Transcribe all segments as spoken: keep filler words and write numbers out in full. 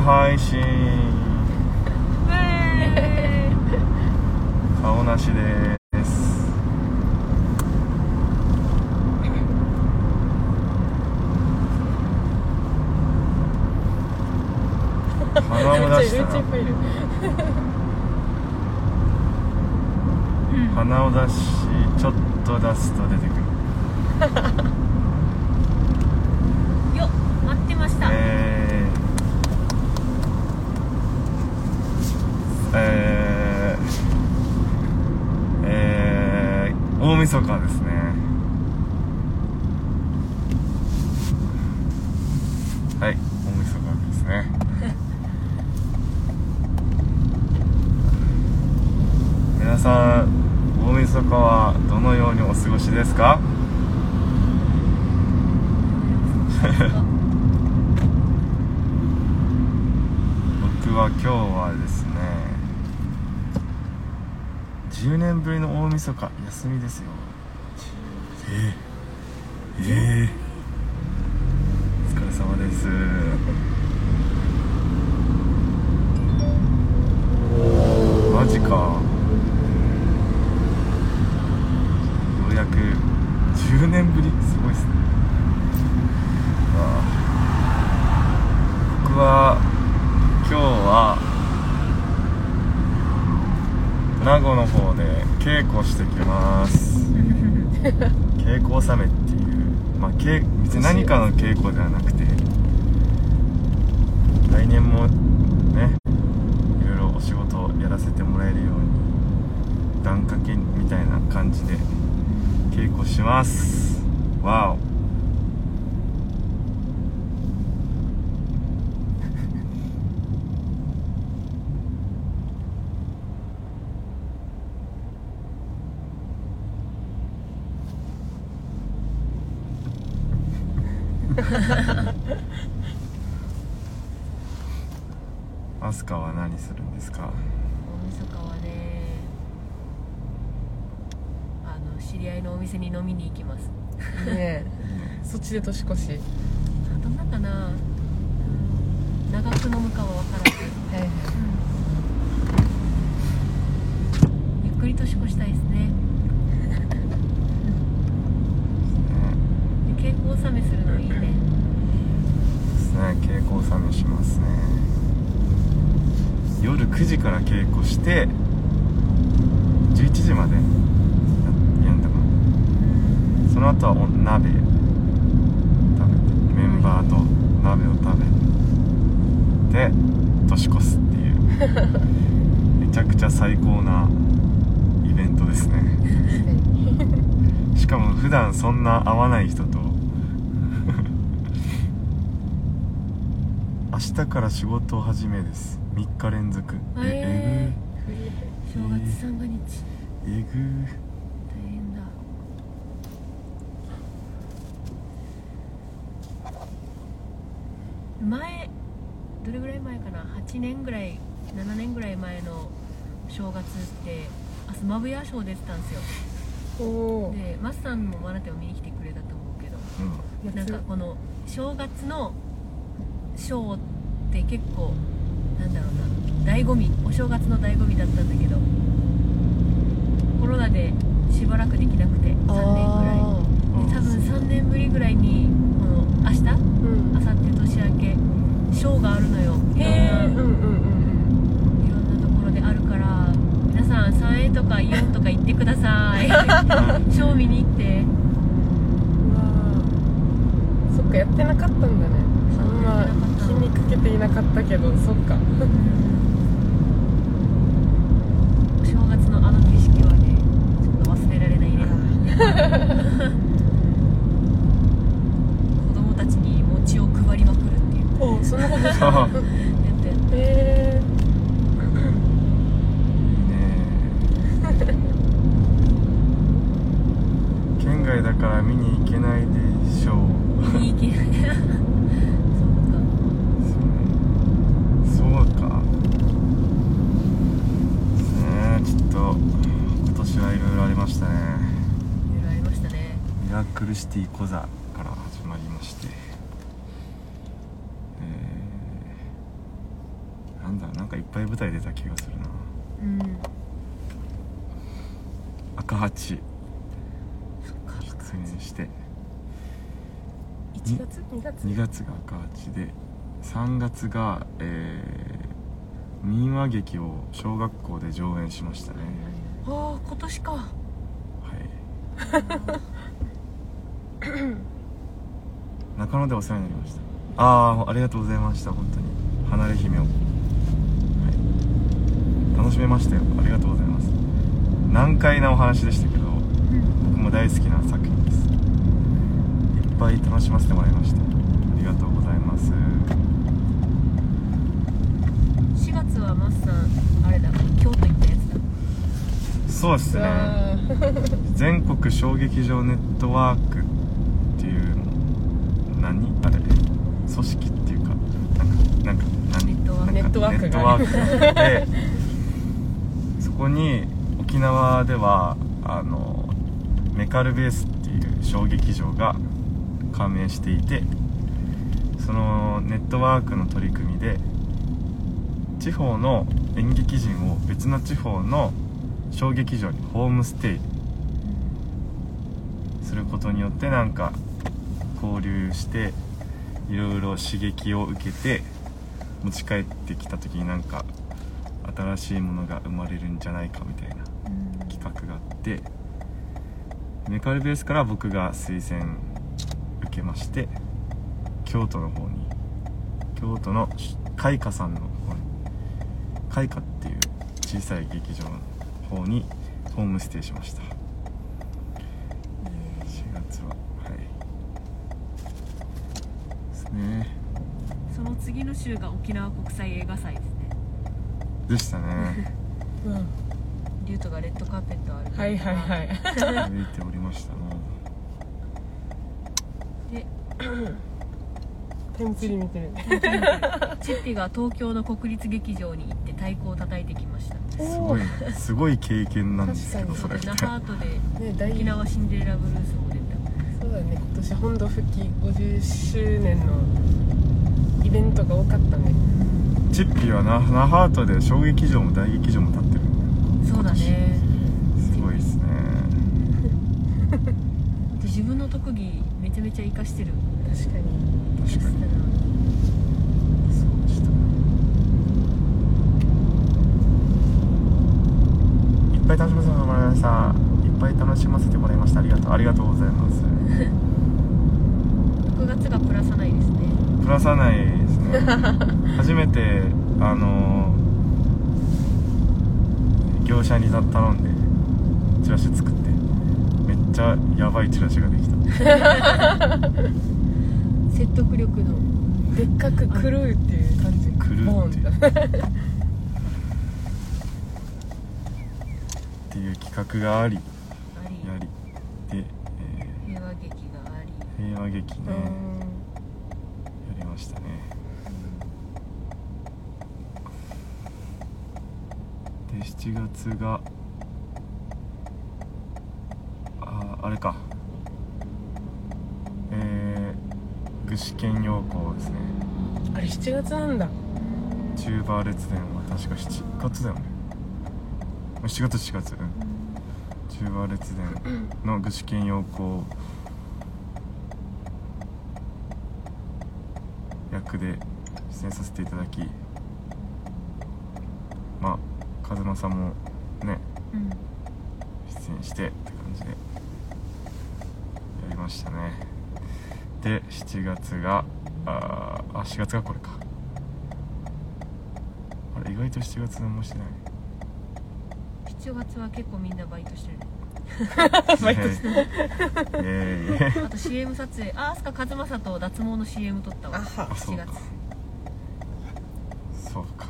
配信顔なしです。鼻を出したら鼻を出しちょっと出すと出てくるよっ待ってました。 えー、えー、えー、大晦日ですね。はい、大晦日ですね皆さん大晦日はどのようにお過ごしですか？僕は今日はですねじゅうねんぶりの大晦日休みですよ。えー、えー、お疲れ様です。マジか、約じゅうねんぶり、すごいですね。僕は今日は名護の方で稽古してきます稽古納めっていう、まあ、別に何かの稽古ではなくて来年もねいろいろお仕事をやらせてもらえるように願掛けみたいな感じで稽古します。わおアスカは何するんですか？ 大晦日はね、あの知り合いのお店に飲みに行きますねえそっちで年越し。 あどんなかな、うん、長く飲むかは分からず、 はいはい、 うん、ゆっくり年越したいですねで稽古納めするのいいねですね。稽古納めしますね。夜くじから稽古してじゅういちじまでやるんだかな。その後はお鍋食べてメンバーと鍋を食べて年越すっていうめちゃくちゃ最高なイベントですねしかも普段そんな会わない人と明日から仕事を始めです。みっか連続。 ええー、正月三が日、 えぐえぐ大変だ。前どれぐらい前かな、はちねんぐらいななねんぐらい前の正月ってあスマブヤショー出てたんですよ。 おでマスさんもマナテを見に来てくれたと思うけど、 うん、 なんかこの正月のショーって結構なんだろうな、醍醐味、お正月の醍醐味だったんだけどコロナでしばらくできなくてさんねんぐらいで、多分さんねんぶりぐらいにこの明日、 うん、 明後日年明けショーがあるのよ。 へー、うんうんいろんなところであるから皆さんさんえんとかイオンとか行ってくださいショー見に行って。 うん。うわー、そっか、やってなかったんだね。あんま気にかけていなかったけど、そっかお正月のあの景色はねちょっと忘れられないね子供たちに餅を配りまくるっていう。 おそんなことしたそうやってやってへ県外だから見に行けないでしょう。 いい気そうか。 そうかね。ちょっと今年はいろいろありましたね。 いろいろありましたね。 ミラクルシティコザから始まりまして、えなんだなんかいっぱい舞台出た気がするな。 うん赤八そっか出演していちがつにがつにがつが赤八でさんがつが、えー、民話劇を小学校で上演しましたね。 ああ今年か。 はい中野でお世話になりました。ああありがとうございました。本当に離れ姫を、はい、楽しめましたよ。ありがとうございます。難解なお話でしたけど、僕も大好きな作品です。いっぱい楽しませてもらいました。ありがとうございます。 しがつはマスさんあれだ京都行ったやつだ。 そうですね。全国小劇場ネットワークっていう何あれ組織っていうかなんかなんか何ネットワークネットワークがネットワークがあってそこに沖縄ではあのメカルベースっていう小劇場が加盟していて、そのネットワークの取り組みで地方の演劇人を別の地方の小劇場にホームステイすることによってなんか交流していろいろ刺激を受けて持ち帰ってきた時になんか新しいものが生まれるんじゃないかみたいな企画があって、メカルベースから僕が推薦受けまして京都の方に京都の開花さんの方に開花っていう小さい劇場の方にホームステイしました。しがつははいですね。 その次の週が沖縄国際映画祭ですね。 でしたね。 うんリュウトがレッドカーペット歩いてはいはいはい歩いておりましたね。 でテンプリ見てるチッピが東京の国立劇場に行って太鼓を叩いてきました。 すごいすごい経験なんですけど、そ確れって那覇アートでね大沖縄シンデレラブルースも出た。 そうだね、今年本土復帰ごじゅっしゅうねんのイベントが多かったね。 チッピーは那那覇アートで小劇場も大劇場も建ってる。 そうだね。 すごいですね。 で自分の特技めちゃめちゃ活かしてる。 確かに確かにだな。 そうでした。いっぱい楽しませてもらいました。いっぱい楽しませてもらいました。ありがとうありがとうございます。 ろくがつがプラさないですね。 プラさないですね。初めてあの業者に頼んでチラシ作ってめっちゃやばいチラシができた。 説得力のでっかく狂うっていう感じ。 狂うっていうっていう企画がありあり、 やりで、え平和劇があり、 ー平和劇ねうんやりましたね。でしちがつがああれかえー、具志堅用高ですね。 あれしちがつなんだ。 チューバー列伝は確かしちがつだよね。しちがつしちがつ、うん、チューバー列伝の具志堅用高役で出演させていただき、まあ風間さんもねうん、 出演してって感じでやりましたね。でしちがつがあーあしがつがこれか。あれ意外としちがつ何もしてない。 しちがつは結構みんなバイトしてる。 バイトしてる。えー、えー、 あと シーエム 撮影、あ、飛鳥和正と脱毛の シーエム 撮ったわ。 あはあそうしちがつか。そうか。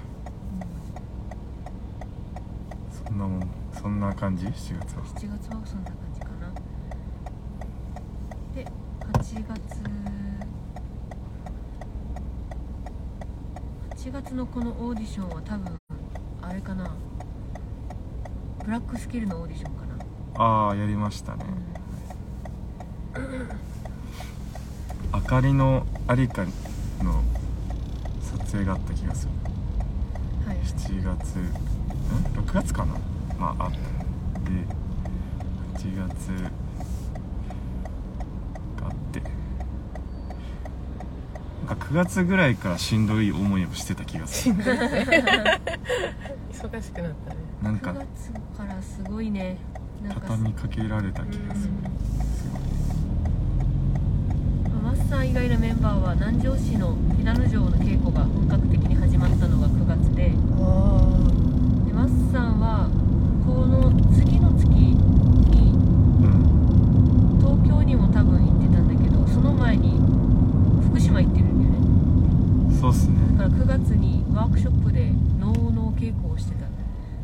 そんなもんそんな感じしちがつは。 しちがつはそんな感じかな。ではちがつはちがつのこのオーディションは多分あれかな、ブラックスキルのオーディションかな。 ああやりましたね。あかりのありかの撮影があった気がする。 はいしちがつんろくがつかな、まああってではちがつがあって、なんかくがつぐらいからしんどい思いをしてた気がする。 忙しくなったね。 なんかくがつからすごいね、なんか畳みかけられた気がする。すごい。 マスさん以外のメンバーは南城市の平野城の稽古が本格的に始まったのがくがつで、 あでマスさんはこの次の月にうん。 東京にも多分行ってたんだけど、その前に福島行ってるんだよね。 そうっすね。 だからくがつにワークショップで能の稽古をしてた。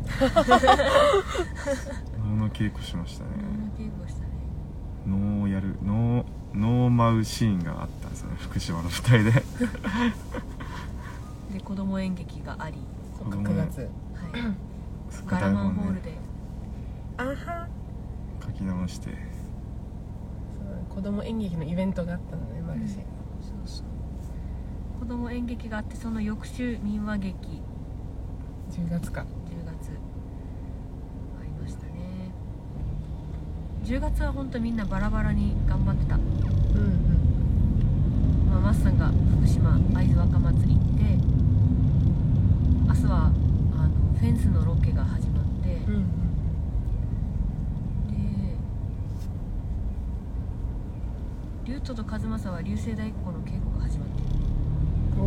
能の稽古しましたね。 能の稽古したね。 能をやる能能を舞うシーンがあったんですよね、福島の舞台で。 で子供演劇があり、 そっかくがつ。 はい、 そっかガラマン台本ねホールであは。 書き直して。 そう子供演劇のイベントがあったのね、マルシェ。 そうそう、子供演劇があって、その翌週民話劇じゅうがつか。 じゅうがつありましたね。じゅうがつは本当みんなバラバラに頑張ってた。 うんうん。 まあ、マスさんが福島会津若松行って、明日はあのフェンスのロケが始まって、 うんうん。 で竜斗と和正は流星大根の稽古が始まってる。 お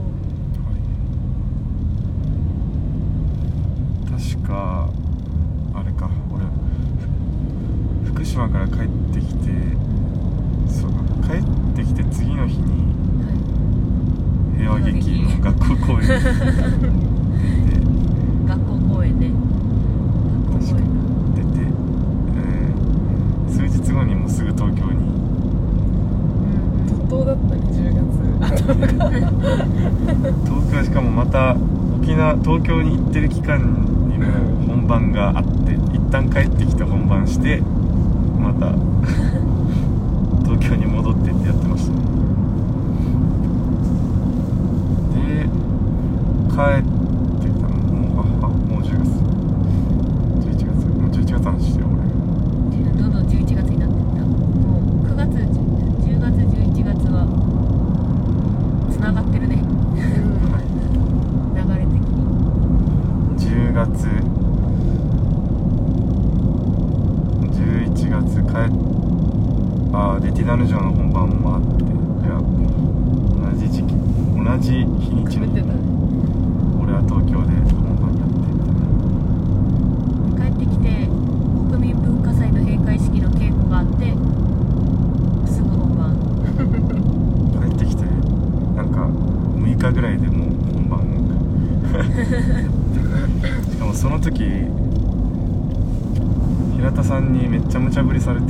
ー。 確かあれか、俺福島から帰ってきて、そうか、帰ってきて次の日に平和劇の学校公演に出て、 学校公演ね。学校公演出て、えー、数日後にもうすぐ東京に。 怒涛だったね、じゅうがつ頭が。 東京、しかもまた沖縄東京に行ってる期間にも本番があって、一旦帰ってきて本番してまた東京に戻ってってやってましたね。で帰ってきたのもう、ああもうじゅうがつじゅういちがつ、もうじゅういちがつの話してよ俺。 どんどんじゅういちがつになっていった。もうくがつじゅうがつじゅういちがつはつながってるね、流れ的に。 じゅうがつじゅういちがつ帰っあでティナヌ城の本番もあって、いや同じ時期同じ日にちに食べてたね。 俺は東京で本番やってみたいな。 帰ってきて国民文化祭の閉会式の稽古があって、すぐ本番。 帰ってきてなんかむいかぐらいでもう本番しかもその時平田さんにめっちゃ無茶ぶりされて、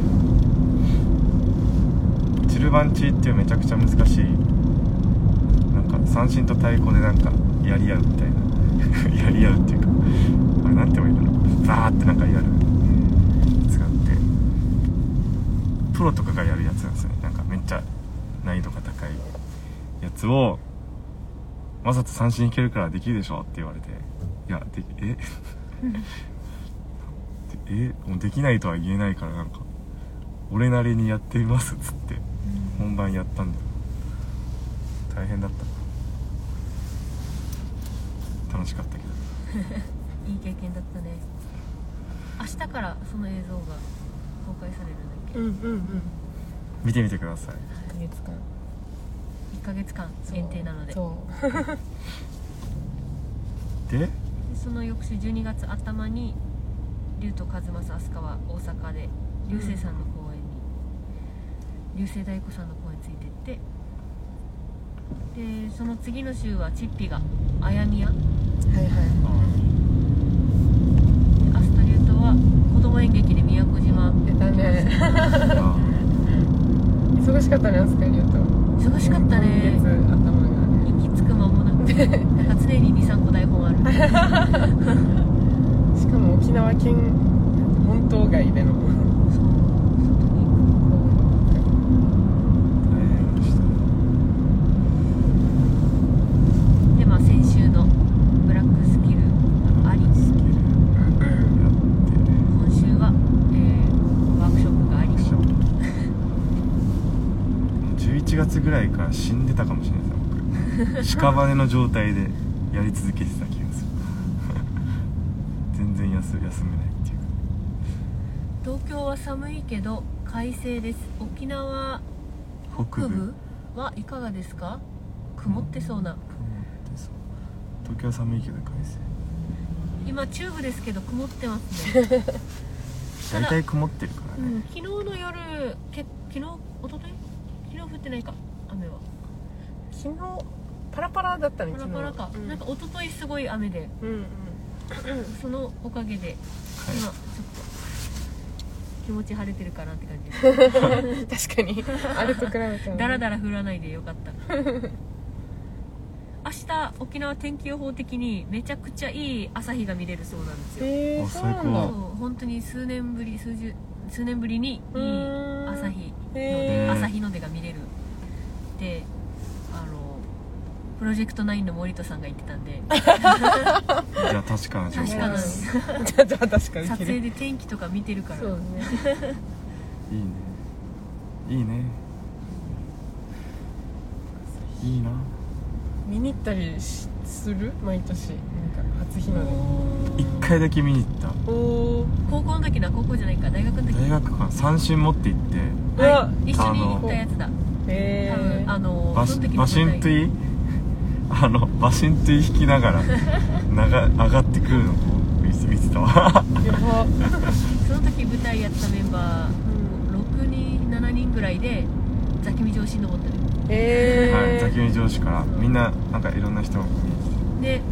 チルバンチっていうめちゃくちゃ難しいなんか三振と太鼓でなんかやり合うみたいなやり合うっていうか、あれなんて言えばいいんだろう、バーってなんかやるやつがあって、プロとかがやるやつなんですよね。なんかめっちゃ難易度が高いやつをわざと三振いけるからできるでしょって言われて、いやでええもうできないとは言えないから、なんか俺なりにやってみますっつって本番やったんだよ。大変だった楽しかったけどいい経験だったね。明日からその映像が公開されるんだっけ。 うんうんうん。 見てみてください。 月間いっかげつかん限定なので。 そうででその翌週じゅうにがつ頭に竜と和正飛鳥は大阪で流星さんの公演に、流星大子さんの公演についてって、でその次の週はチッピがあやみや、 はいはい。 でアストリュートは子供演劇で宮古島。 出たね。 あ忙しかったね、アスカリオと。 忙しかったね。 今月頭がね。 息つく間もなくてなんか常ににさんこ台本あるしかも沖縄県本島外でのそう外に大変でしたね。 でまあ先週のブラック月ぐらいから死んでたかもしれないです僕屍の状態でやり続けてた気がする全然休休めないっていうか。 東京は寒いけど快晴です。沖縄北北部部はいかがですか？曇ってそうな。 曇ってそう。東京は寒いけど快晴。 今中部ですけど曇ってますね大体曇ってるからね、 うん、昨日の夜け昨日一昨日昨日降ってないか雨は。 昨日パラパラだったね。 パラパラか、 昨日なんか一昨日すごい雨で、 うんうんそのおかげではい今ちょっと気持ち晴れてるかなって感じです確かにあれと比べたらだらだら降らないでよかった明日沖縄天気予報的にめちゃくちゃいい朝日が見れるそうなんですよ。 えー、 おそうなんだ。 最高そう本当に数年ぶり数十数年ぶりにいい朝日の出、 へー朝日の出が見れるで、あのプロジェクトナインの森田さんが言ってたんでいや確かな情報確かなんでですすじゃあじゃあ確かに撮影で天気とか見てるからそうね。 いいねいいねいいな。 見に行ったりしする毎年なんか初日の一回だけ見に行った。 出。おお。 高校の時な高校じゃないか大学の時大学か三振持って行ってうわはい、一緒に行ったやつだ。 へ多分え。 あのバシバその時の舞台シントゥイあのバシントゥイ弾きながらなが上がってくるのをこう見て見てたわやば。 その時舞台やったメンバーうんろくにんしちにんぐらいで座君上心登ったね。 へえ。 はい、座君上司からみんななんかいろんな人見にで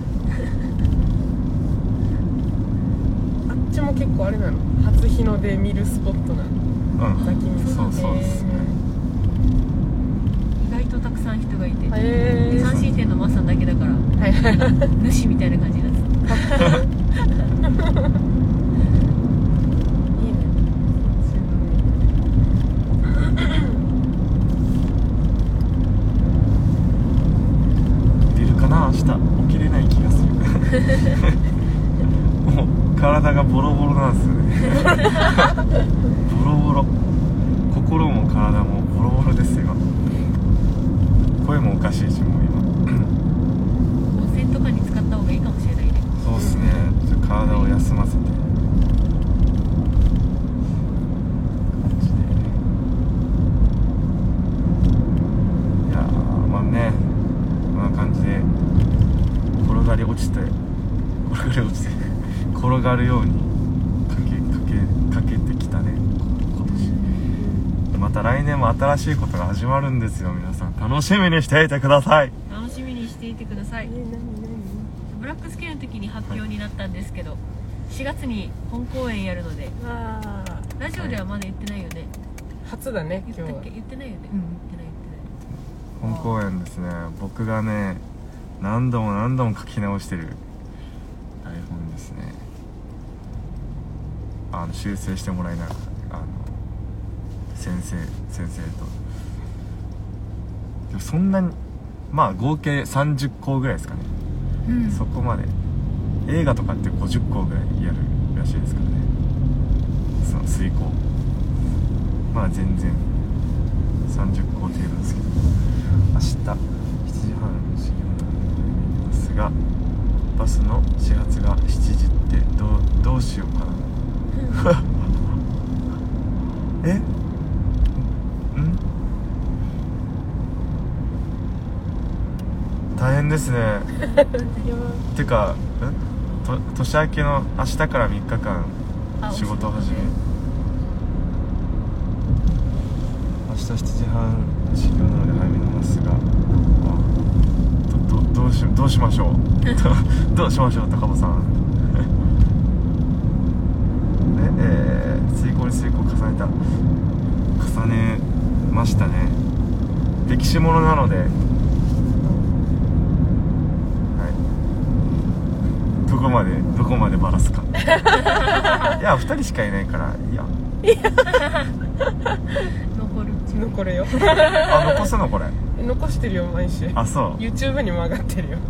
あっちも結構あれなの。初日の出見るスポットなの。 来て、 座君うん、そうそうですね。 意外とたくさん人がいて、 へえ。 で三振店のマッさんだけだからはいはい。 主みたいな感じになっていいね。 出るかな明日起きれない気がするもう体がボロボロなんですよねボロボロ心も体もボロボロですよ。声もおかしいしもう今温泉とかに使った方がいいかもしれないね。 そうっすね。ちょっと体を休ませて感じで。いやーまあねこんな感じで転がり落ちて転がり落ちて転がるようにかけかけかけてきたね今年。また来年も新しいことが始まるんですよ。皆さん楽しみにしていてください。 楽しみにしていてください。 え、なになに。 ブラックスケールの時に発表になったんですけど、しがつに本公演やるので、 ああ。 ラジオではまだ言ってないよね。 初だね今日は言ったっけ？。言ってないよね。うん、言ってない言ってない。 本公演ですね。僕がね何度も何度も書き直してる台本ですね。あの修正してもらいながらあの先生先生とでもそんなにまあ合計さんじゅっこうぐらいですかね、 うん、 そこまで映画とかってごじゅっこうぐらいやるらしいですからね。その遂行まあ全然さんじゅっこう程度ですけど、明日しちじはんの授業になりますがバスの始発がしちじってどうどうしようかなえん大変ですねてかんと年明けの明日からみっかかあん仕事を始め明日しちじはん授業なので早めますがあどどどうしどうしましょうどうしましょう高尾さんええー、遂行に遂行重ねた重ねましたね。歴史ものなので、はい、どこまでどこまでバラすかいやふたりしかいないからいいや残る残るよあ残すのこれ残してるよ毎週。 あそう YouTube にも上がってるよ。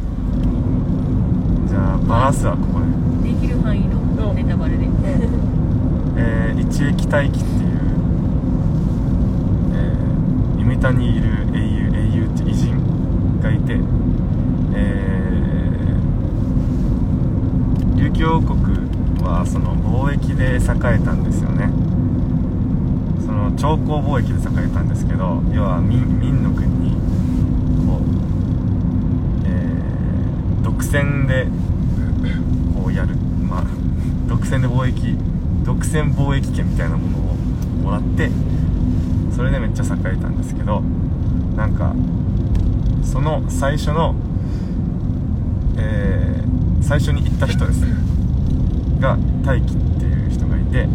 じゃあバラすはここでできる範囲のネタバレでええー、一液待機っていう、えー、読北にいる英雄英雄って偉人がいて、えー、琉球王国はその貿易で栄えたんですよね。その朝貢貿易で栄えたんですけど、要は明の国にこう、えー、独占でこうやる、まあ独占で貿易独占貿易権みたいなものをもらって、それでめっちゃ栄えたんですけど、なんかその最初の、えー、最初に行った人ですねが大輝っていう人がいて、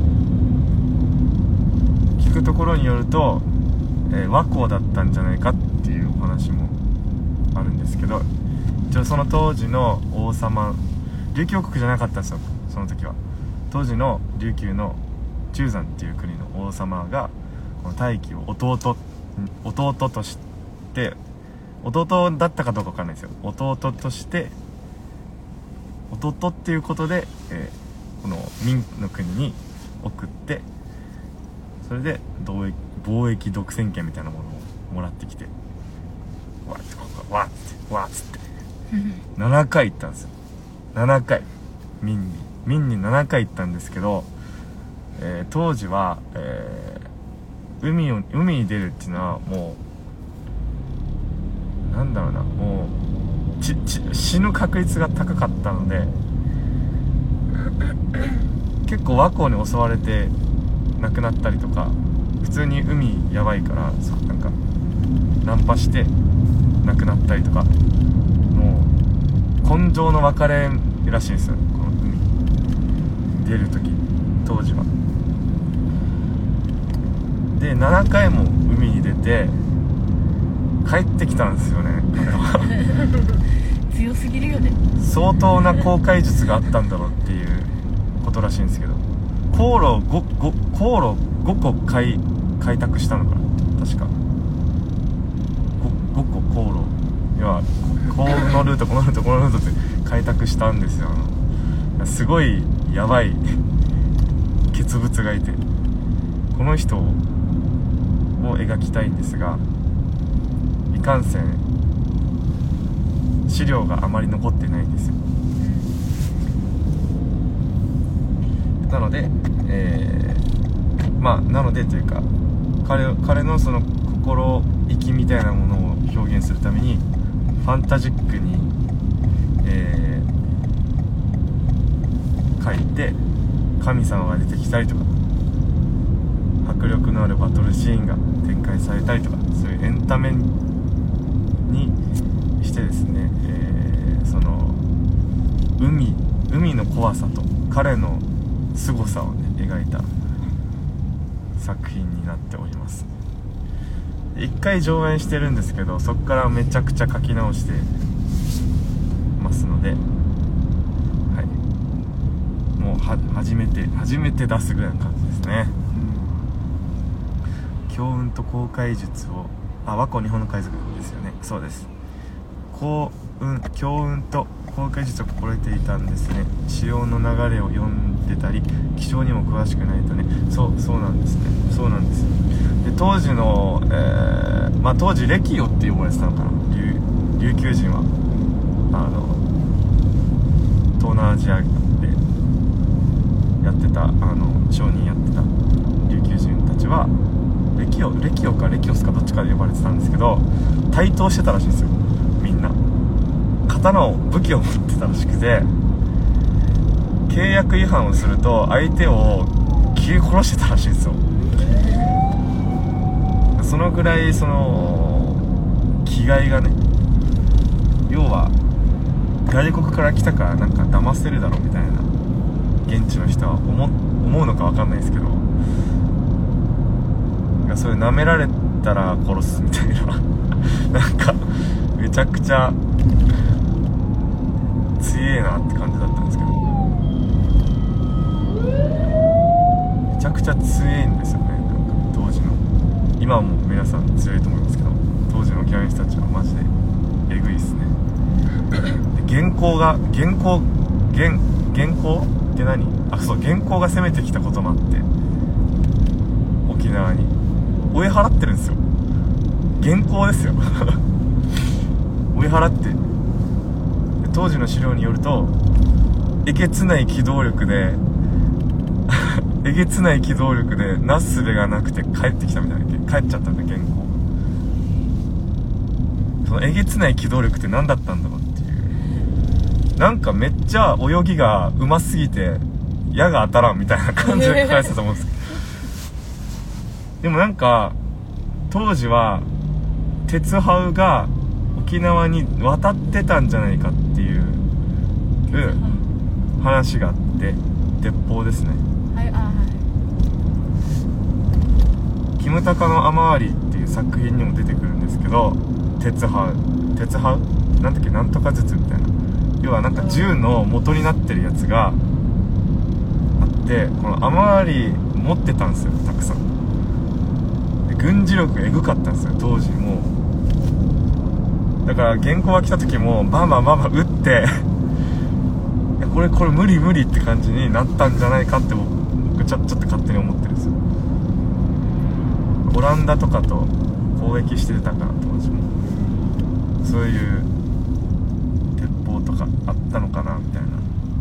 聞くところによると、えー、倭寇だったんじゃないかっていうお話もあるんですけど、一応その当時の王様、琉球王国じゃなかったんですよ、その時は。当時の琉球の中山っていう国の王様がこの大輝を弟弟として弟だったかどうか分かんないですよ、弟として弟っていうことで、えー、この明の国に送って、それで貿易貿易独占権みたいなものをもらってきて、わーってわーってわーっつってななかい行ったんですよ。ななかい明に明にななかい行ったんですけど、えー、当時は、えー、海を海に出るっていうのはもうなんだろうな、もうちち死ぬ確率が高かったので結構倭寇に襲われて亡くなったりとか、普通に海やばいからなんかナンパして亡くなったりとか、もう根性の別れらしいんですよ、この海出る時当時は。でななかいも海に出て帰ってきたんですよね、彼は強すぎるよね。 相当な航海術があったんだろうっていうことらしいんですけど、航路 5, 5, 航路ごこ開開拓したのかな、確か 5, 5個航路、要はこのルートこのルートこのルートって開拓したんですよ。あのすごいやばい傑物がいて、この人を描きたいんですが、いかんせん資料があまり残ってないんですよ。なので、えー、まあなのでというか彼彼のその心意気みたいなものを表現するためにファンタジックに、えー、書いて神様が出てきたりとか迫力のあるバトルシーンが展開されたりとか、そういうエンタメにしてですね、えー、その海海の怖さと彼の凄さをね描いた作品になっております。一回上演してるんですけど、そこからめちゃくちゃ書き直してますので、はい、もうは初めて初めて出すぐらいの感じですね。強運と航海術を、あ、倭寇日本の海賊ですよね。そうです。幸運強運と航海術を心得ていたんですね。潮の流れを読んでたり気象にも詳しくないとね。そうそうなんですね。そうなんですよ。で当時の、えー、まあ当時歴代って呼ばれてたのかな、琉球人はあの東南アジアでやってた、あの商人やってた琉球人たちは歴代歴代か歴代かどっちかで呼ばれてたんですけど、対等してたらしいんですよ。みんな刀を武器を持ってたらしくて、契約違反をすると相手を切り殺してたらしいんですよ。そのぐらいその気概がね、要は外国から来たからなんか騙せるだろうみたいな、現地の人は 思, 思うのか分かんないですけど、それ舐められたら殺すみたいななんかめちゃくちゃ強えなって感じだったんですけど、めちゃくちゃ強いんですよね。なんか当時の、今はもう皆さん強いと思いますけど、当時の沖縄の人たちはマジでえぐいっすね。で元寇が元寇元元寇って何？あ、そう、元寇が攻めてきたこともあって沖縄に追い払ってるんですよ。 原稿ですよ追い払って、当時の資料によるとえげつない機動力でえげつない機動力でなすすべがなくて帰ってきたみたいな、帰っちゃったんだ原稿。そのえげつない機動力って何だったんだろうっていう、なんかめっちゃ泳ぎがうますぎて矢が当たらんみたいな感じで書いてたと思うんですけどでもなんか当時は鉄ハウが沖縄に渡ってたんじゃないかっていう話があって、鉄砲ですね。 はい、あ、はい。 キムタカの雨ありっていう作品にも出てくるんですけど、鉄ハウ鉄ハウなんだっけ、なんとか術みたいな、要はなんか銃の元になってるやつがあって、この雨あり持ってたんですよ、たくさん。で軍事力エグかったんですよ当時。もうだから原稿が来た時もバンバンバンバン撃っていやこれこれ無理無理って感じになったんじゃないかって僕ちょ、ちょっと勝手に思ってるんですよ。オランダとかと交易してたから当時もそういう鉄砲とかあったのかなみたいな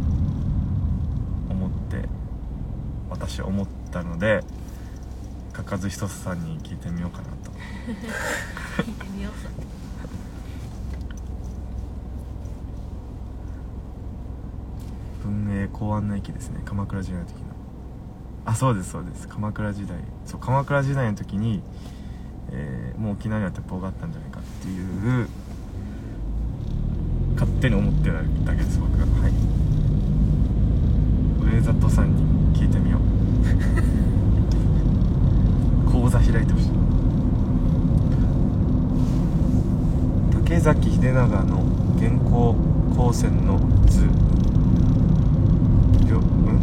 思って私は思ったので、かかずひとつさんに聞いてみようかなと聞いてみよう。 文永公安の駅ですね、鎌倉時代の時の。あ、そうですそうです、鎌倉時代、そう鎌倉時代の時に、えー、もう沖縄には鉄砲があったんじゃないかっていう勝手に思ってるだけです僕が。はい、上里さんに聞いてみよう講座開いてほしい。竹崎秀長の元寇光線の図、屏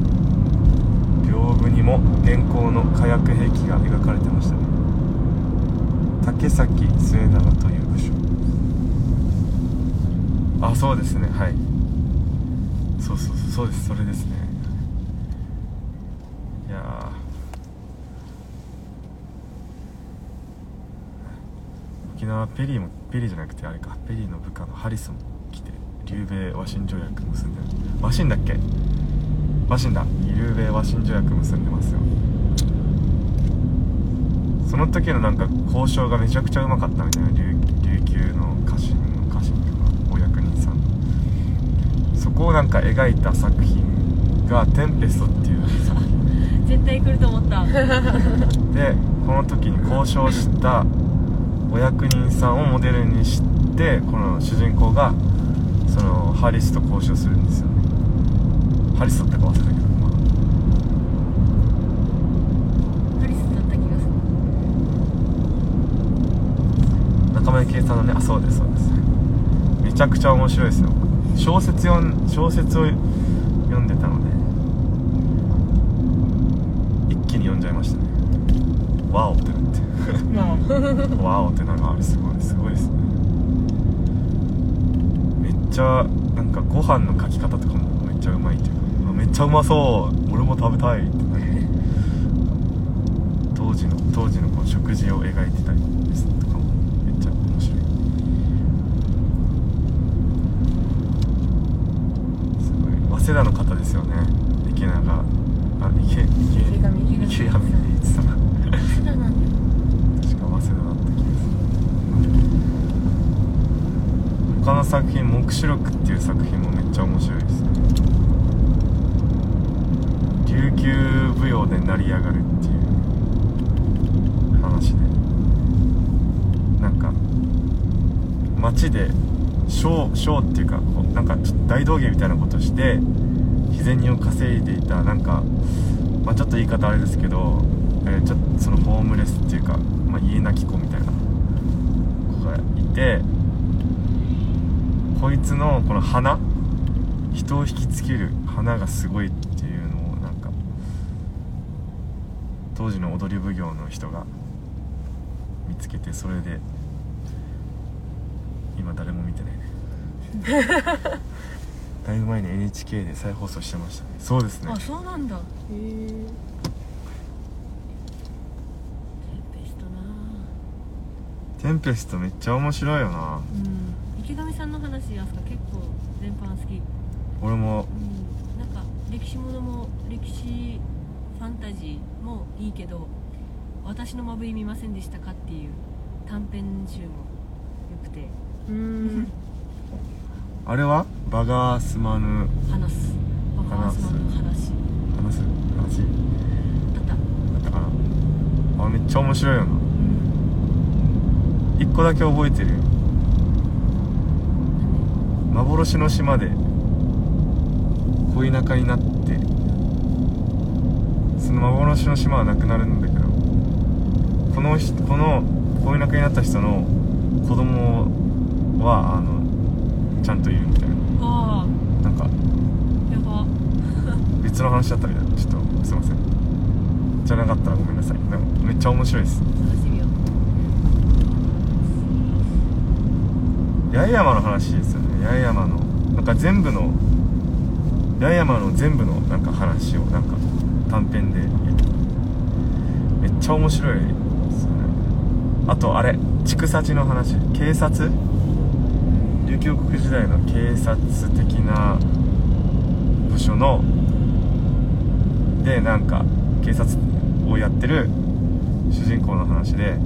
風にも元寇の火薬兵器が描かれてましたね。竹崎末長という武将。あ、そうですね、はい、そうそうそうそうです、それですね。いやー、沖縄ペリーもペリーじゃなくてあれか、ペリーの部下のハリスも来て琉米和親条約結んでる。和親だっけ、和親だ、琉米和親条約結んでますよ。その時のなんか交渉がめちゃくちゃうまかったみたいな、琉球の家臣の家臣とかお役人さん、そこをなんか描いた作品がテンペストっていう作品絶対来ると思ったで、この時に交渉したお役人さんをモデルにして、この主人公がそのハリスと交渉するんですよね。ハリスだったか忘れたけど、まあ、 ハリスだった気がする。 中村圭さんのね、あ、そうですそうです、めちゃくちゃ面白いですよ。小説読ん小説を読んでたので一気に読んじゃいましたね。ワオってなってワオってなんかあれすごいすごいですね。めっちゃなんかご飯の書き方とかもめっちゃうまいっていうか、めっちゃうまそう、俺も食べたいってなる当時の当時のこう食事を描いてたりですとかもめっちゃ面白い。すごい早稲田の方ですよね、池永、あ、池池池上池上って言ってたな早稲田なんだよ。 確か早稲田だった気がする。他の作品、黙示録っていう作品もめっちゃ面白いですね。琉球舞踊で成り上がるっていう話で、なんか街でショーショーっていうか、こうなんかちょっと大道芸みたいなことして日銭を稼いでいた、なんか、まあ、ちょっと言い方あれですけど、えー、ちょっとそのホームレスっていうか、まあ、家なき子みたいな子がいて、こいつのこの花、人を引きつける花がすごいっていうのをなんか当時の踊り奉行の人が見つけて、それで今誰も見てないねだいぶ前に エヌエイチケー で再放送してましたね。そうですね、 あ、そうなんだ。 へえ。 テンペストなテンペストめっちゃ面白いよな。 うん池上さんの話あすか結構全般好き。 俺もうんなんか歴史ものも歴史ファンタジーもいいけど、私のまぶい見ませんでしたかっていう短編集もよくて、 うーんあれはバガースマヌ話すバカースマンの話話す話だった。 だったかな。あめっちゃ面白いよな。 うん一個だけ覚えてるよ。幻の島で恋仲になって、その幻の島はなくなるんだけど、この人この恋仲になった人の子供はあのちゃんといるみたいな、 あなんかあやば別の話だったみたいな。ちょっとすいません、じゃなかったらごめんなさい。でもめっちゃ面白いです。 探してみよう。 八重山の話ですよね。八重山のなんか全部の八重山の全部のなんか話をなんか短編でめっちゃ面白いですよね。あとあれ筑佐寺の話、警察琉球王国時代の警察的な部署のでなんか警察をやってる主人公の話で、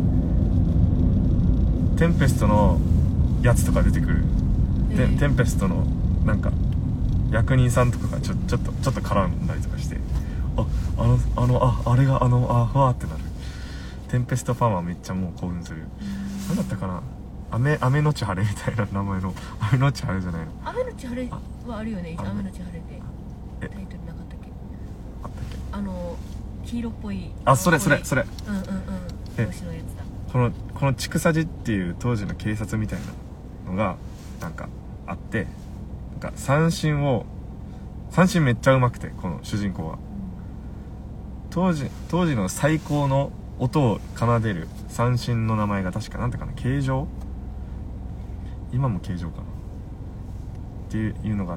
テンペストのやつとか出てくる、テえーテンペストのなんか役人さんとかがちょちょっとちょっと絡んだりとかして、ああのあのああれがあのあわーってなる。テンペストファンはめっちゃもう興奮する。なんだったかな、雨雨のち晴れみたいな名前の雨のち晴れじゃないの雨のち晴れはあるよね。 あ雨のち晴れでえタイトルなかったっけ。 あったっけ。 あの黄色っぽいあそれそれそれうんうんうんえ表紙のやつだ。 このこの筑佐寺っていう当時の警察みたいなのがなんかあって、なんか三振を三振めっちゃうまくて、この主人公は当時当時の最高の音を奏でる三振の名前が確かなんてかな、形状、今も形状かなっていうのがあって、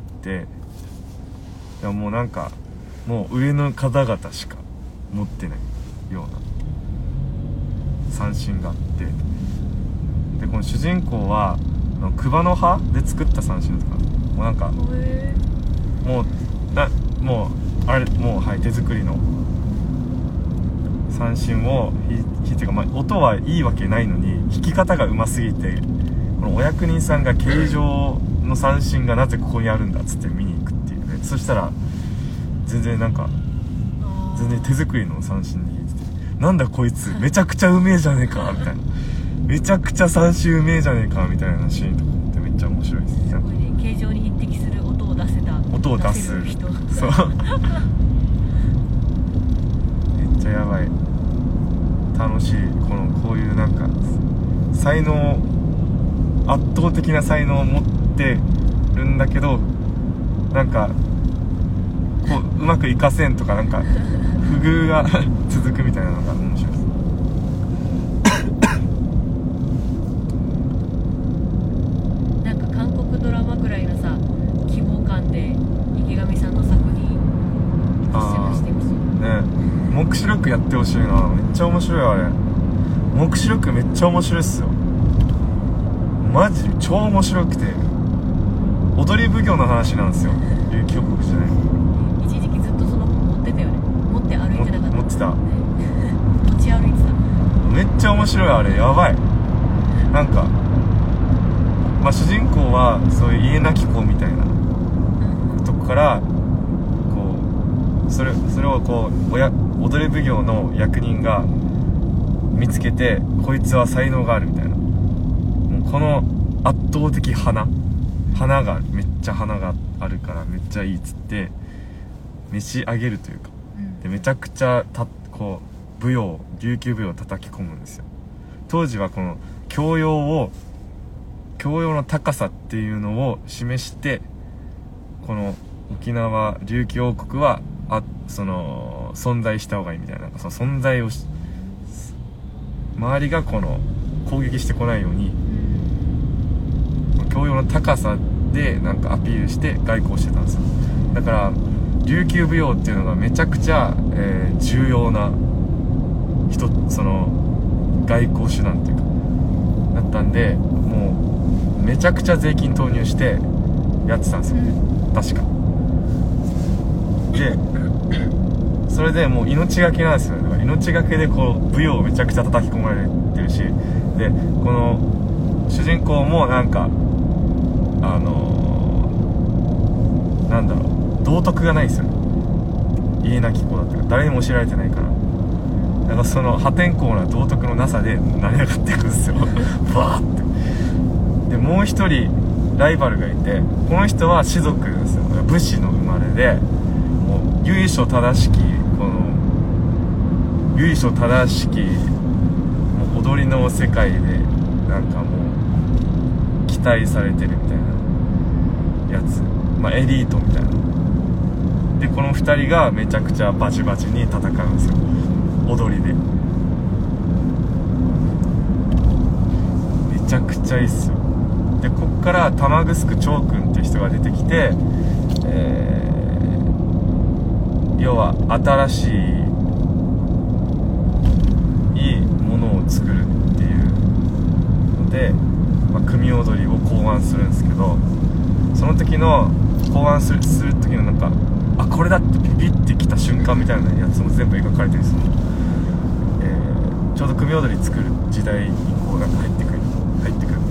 いやもうなんかもう上の方々しか持ってないような三振があって、でこの主人公はあの桑の葉で作った三振とか、もうなんかへもうなもうあれもうはい手作りの三振を弾いてか、まあ、音はいいわけないのに弾き方がうますぎて、このお役人さんが形状の三振がなぜここにあるんだっつって見に行くっていうね。そしたら全然なんかあ全然手作りの三振に弾いてて、なんだこいつめちゃくちゃうめえじゃねえかみたいな、めちゃくちゃ三振うめえじゃねえかみたいなシーンとかってめっちゃ面白いです。 すごいね。形状に匹敵する音を出せた音を出すせる人そうめっちゃやばい、楽しい。このこういうなんか才能、圧倒的な才能を持ってるんだけど、なんかこううまくいかせんとか、なんか不遇が続くみたいなのが面白いです。 なんか韓国ドラマぐらいのさ希望感で池上さんの作品あ出世してほしいね、目視録やってほしいな。めっちゃ面白いあれ。目視録めっちゃ面白いっすよ、マジで超面白くて。踊り奉行の話なんですよ、琉球王国時代。 一時期ずっとその本持ってたよね。持って歩いてなかった。 持ってた。 持ち歩いてた。 めっちゃ面白いあれ、やばい。なんかまあ主人公はそういう家なき子みたいなとこから、こうそれそれをこう親踊り奉行の役人が見つけて、こいつは才能があるみたいな、もうこの圧倒的花花がめっちゃ花があるからめっちゃいいっつって召し上げるというか、 うんでめちゃくちゃたこう舞踊琉球舞踊を叩き込むんですよ。当時はこの教養を教養の高さっていうのを示して、この沖縄琉球王国はあその存在した方がいいみたいな、その存在をし周りがこの攻撃してこないように教養の高さでなんかアピールして外交してたんですよ。だから琉球舞踊っていうのがめちゃくちゃ、えー、重要な人その外交手段っていうかだったんで、もうめちゃくちゃ税金投入してやってたんですよ、確かでそれでもう命がけなんですよね。だから命がけでこう舞踊をめちゃくちゃ叩き込まれてるし、でこの主人公もなんかあのー、なんだろう、道徳がないんですよね。家なき子だったから誰にも教えられてないから、だからその破天荒な道徳のなさで成り上がっていくんですよバーって。でもう一人ライバルがいて、この人は士族ですよ。武士の生まれで、もう由緒正しきこの由緒正しきもう踊りの世界でなんかもう期待されてるみたいなやつ、まあエリートみたいな。でこのふたりがめちゃくちゃバチバチに戦うんですよ、踊りで。めちゃくちゃいいっすよ。でこっから玉城長君っていう人が出てきて、えー、要は新しいいいものを作るっていうので、まあ、組踊りを考案するんですけど、その時の考案するする時のなんか、あこれだってビビってきた瞬間みたいなやつも全部描かれてるんですよ、えー、ちょうど組踊り作る時代にこうなんか入ってくる入ってくるん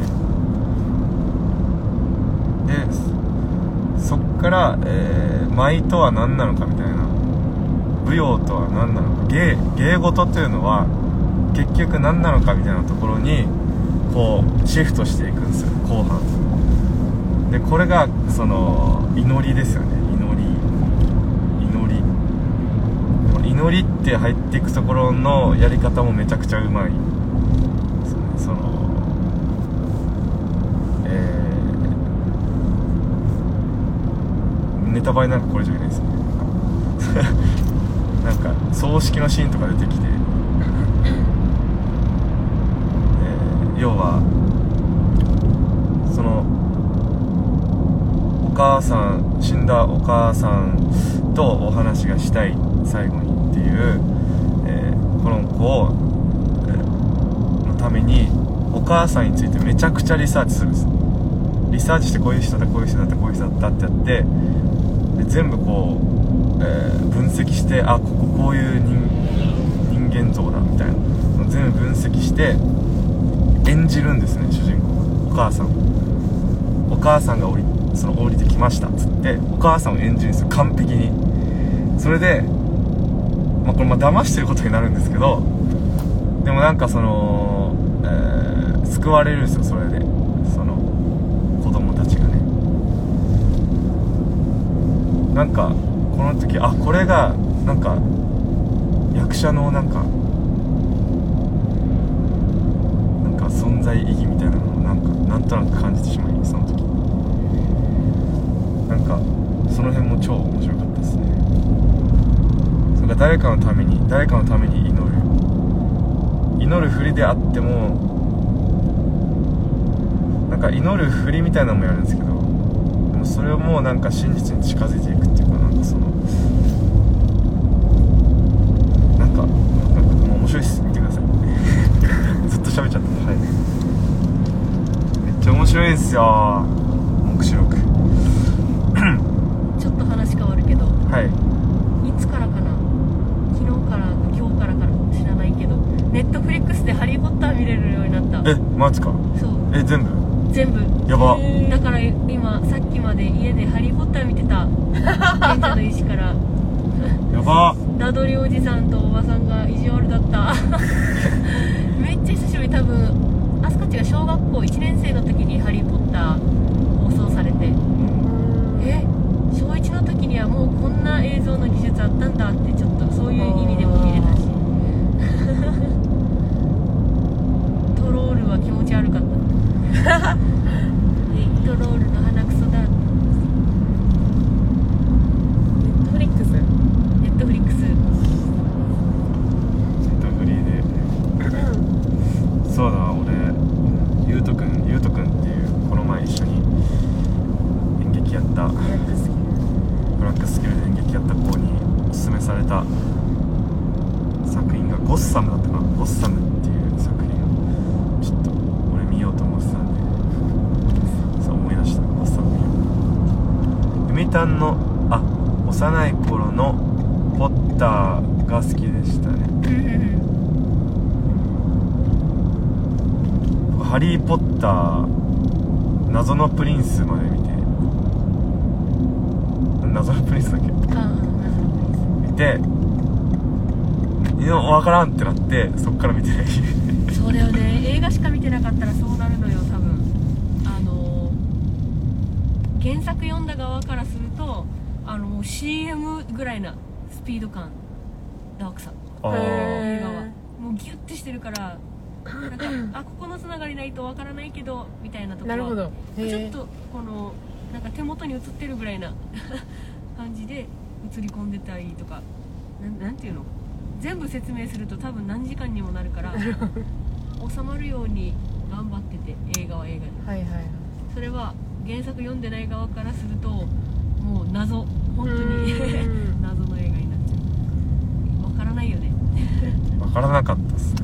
で、でそっから、えー、舞とは何なのかみたいな、舞踊とは何なのか、芸芸事というのは結局何なのかみたいなところにこうシフトしていくんですよ、後半で。これがその祈りですよね。祈り祈りって入っていくところのやり方もめちゃくちゃうまいですね。そのえー、ネタバレなんかこれじゃないですねなんか葬式のシーンとか出てきて、えー、要はそのお母さん死んだお母さんとお話がしたい最後にっていう、えー、この子を、えー、のためにお母さんについてめちゃくちゃリサーチするんです。リサーチしてこういう人だこういう人だったこういう人だったってやって、で全部こう、えー、分析して、あこここういう 人, 人間像だみたいなの全部分析して演じるんですね、主人公。お母さんお母さんが降りその降りてきましたっつってお母さんを演じるんですよ、完璧に。それでまあこれまあ騙してることになるんですけど、でもなんかその、えー、救われるんですよ、それで。その子供たちがね、なんかこの時、あこれがなんか役者のなんかなんか存在意義みたいなのをなんかなんとなく感じてしまい、その時なんかその辺も超面白かったですね。それが誰かのために誰かのために祈る祈るふりであっても、なんか祈るふりみたいなのもやるんですけど、でもそれをもうなんか真実に近づいていくっていうか、なんかそのなんかなんかもう面白いっす、見てくださいずっと喋っちゃった。はい、めっちゃ面白いですよ、黙示録ちょっと話変わるけど、 はい、 いつからかな、昨日から今日からか知らないけど、ネットフリックスでハリーポッター見れるようになった。 えマジか。 そうえ全部全部やば。 だから今さっきまで家でハリーポッター見てた賢者の石からやば名取おじさんとおばさんが意地悪だっためっちゃ久しぶり。多分アスカチが小学校いちねん生の時にハリーポッター放送されて、え小いちの時にはもうこんな映像の技術あったんだって、ちょっとそういう意味でも見れたしトロールは気持ち悪かったトロールの鼻くそだ。 ネットフリックスネットフリックスネットフリーでそうだ、俺ゆうとくんゆうとくんっていうこの前一緒に演劇やったブラックスキルで演劇やった子におすすめされた作品がゴッサムだったかな。ゴッサムっていう作品をちょっと俺見たんのあ幼い頃のポッターが好きでしたね。ハリーポッター謎のプリンスまで見て、謎のプリンスだっけ見て、いや分からんってなってそっから見てないそうだよね、映画しか見てなかったらそうなるのよ多分。あのー、原作読んだ側からするとあのもう シーエム ぐらいなスピード感ダークさ、 あー映画はもうギュッてしてるからなんかあここのつながりないとわからないけどみたいなところなるほど。へーちょっとこのなんか手元に映ってるぐらいな感じで映り込んでたりとか、な ん, なんていうの全部説明すると多分何時間にもなるから収まるように頑張ってて、映画は映画ではいはいはい。 それは原作読んでない側からするともう謎、本当にうーん謎の映画になっちゃう。わからないよね分からなかったっす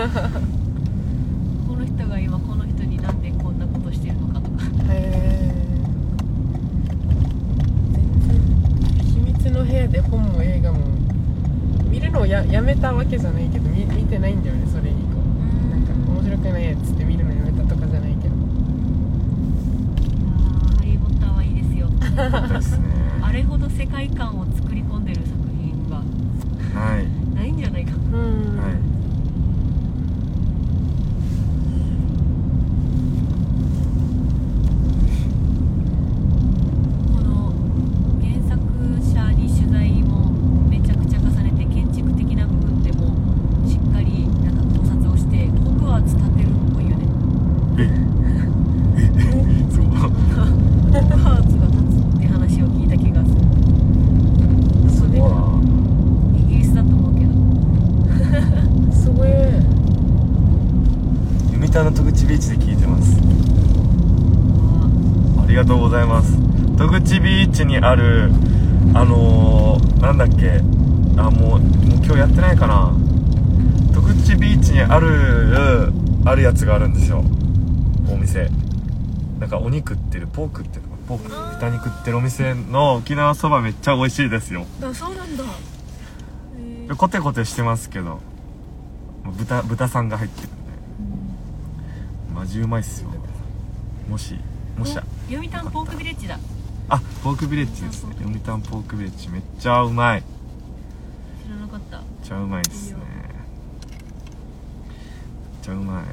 この人が今この人になんでこんなことしてるのかとかへー全然秘密の部屋で本も映画も見るのを や, やめたわけじゃないけど 見, 見てないんだよね。それ以降なんか面白くないやつって見るのやめたとかじゃないけどハリー・ポッターはいいですよよかったですね。 あれほど世界観を作り込んでる作品ははいないんじゃないかな。 うんはいこの原作者に取材もめちゃくちゃ重ねて建築的な部分でもしっかりなんか考察をしてホグワーツ建てるっぽいよね。 そうホグワーツが建つって話を聞いた気がする。それがイギリスだと思うけどすごい。 読谷の戸口ビーチで聞いてます。ありがとうございます。戸口ビーチにあるあのー、なんだっけあもう、もう今日やってないかな。戸口ビーチにあるあるやつがあるんですよ、お店。なんかお肉ってるポークっていうのかポーク豚肉ってるお店の沖縄そばめっちゃ美味しいですよ。 あ、そうなんだ。へーコテコテしてますけど豚豚さんが入ってるんでマジうまいっすよ。もしもしや読谷ポークビレッジだ。 あ、ポークビレッジですね。読谷ポークビレッジめっちゃうまい。めっ知らなかった。 ちゃうまいですね。めっちゃうまい。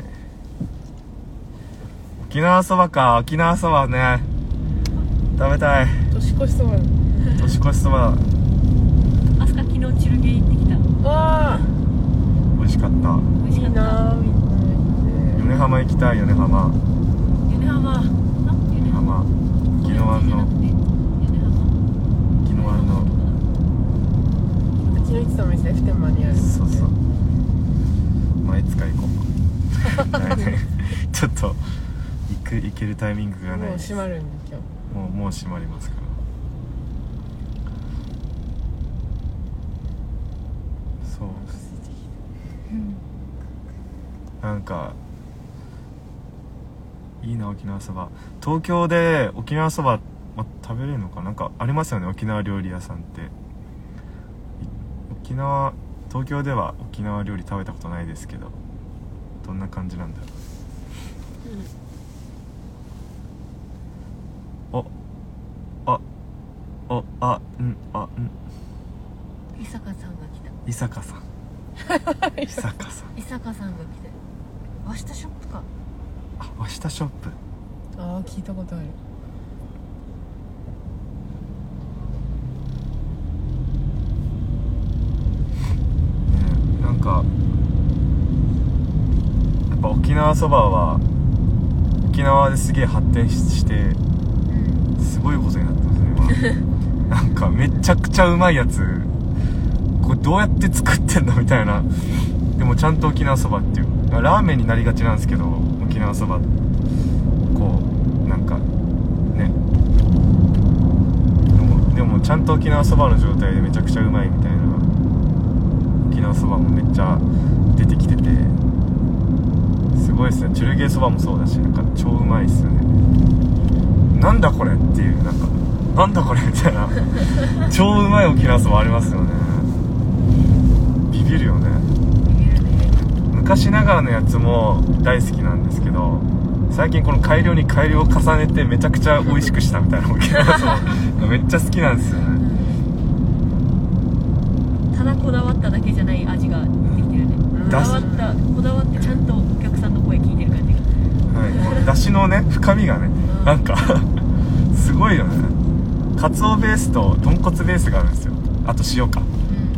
沖縄そばか。沖縄そばね食べたい。 年越しそば。 年越しそばあすか昨日チルゲ行ってきた。 わあ美味しかった。 美味しかった。 いいなぁみんな米浜行きたい。米浜米浜。あ、米浜。 浜宜野湾の米浜。 宜野湾のうちのいつも店普天間にある。 そうそうまあいつか行こう来年ちょっと行く行けるタイミングがないもうです。 閉まるんで今日。 もうもう閉まりますからそうなんかいいな沖縄そば。東京で沖縄そば、ま、食べれるのかなんかありますよね、沖縄料理屋さんって。沖縄東京では沖縄料理食べたことないですけどどんな感じなんだろう。おあおあんあん伊坂さんが来た。 伊坂さん伊坂さん伊坂さんが来て。明日ショップか。 あ、わしたショップ。 ああ聞いたことある。 ね、なんかやっぱ沖縄そばは沖縄ですげえ発展してすごいことになってますね今なんかめちゃくちゃうまいやつこれどうやって作ってんのみたいな。でもちゃんと沖縄そばっていうラーメンになりがちなんですけど沖縄そばこうなんかねでも、でもちゃんと沖縄そばの状態でめちゃくちゃうまいみたいな沖縄そばもめっちゃ出てきててすごいっすね。チュルゲーそばもそうだしなんか超うまいっすよね。なんだこれっていうなんかなんだこれみたいな超うまい沖縄そばありますよね。ビビるよね。 ビビるね。 昔ながらのやつも大好きなんですけど、最近この改良に改良を重ねてめちゃくちゃ美味しくしたみたいな沖縄そばめっちゃ好きなんですよね。 ただこだわっただけじゃない味ができてるね。こだわったこだわってちゃんとお客さんの声聞いてる感じが。 はい、このだしのね深みがね、なんかすごいよね。かつおベースと豚骨ベースがあるんですよ。あと塩か。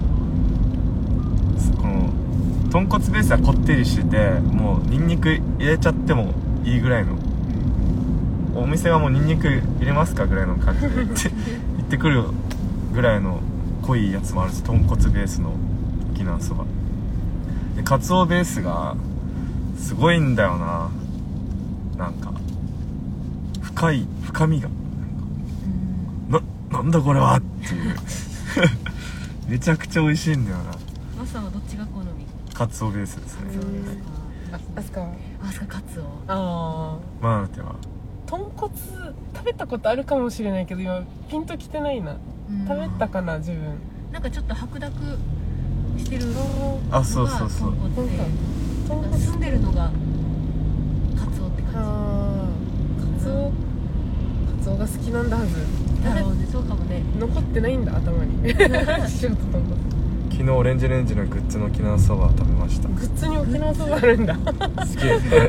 この豚骨ベースはこってりしてて、もうニンニク入れちゃってもいいぐらいの、お店はもうニンニク入れますかぐらいの感じで言って言ってくるぐらいの濃いやつもあるんです。豚骨ベースの沖縄そばで、かつおベースがすごいんだよな。なんか深い深みがな, なんだこれはっていうめちゃくちゃ美味しいんだよな。 マサはどっちが好み？ かつおベースですね。 そうですか。 あすかはあすかカツオ。 あマナテは豚骨食べたことあるかもしれないけど今ピンときてないな。食べたかな自分。 なんかちょっと白濁してるあ、そうそうそう。 豚骨で、 豚骨住んでるのがカツオって感あーカツオカツオが好きなんだはず。 じだろうね。そうかもね。 残ってないんだ頭に塩と豚骨。 昨日オレンジレンジのグッズの沖縄そば食べました。 グッズに沖縄そばあるんだ。 好きですね。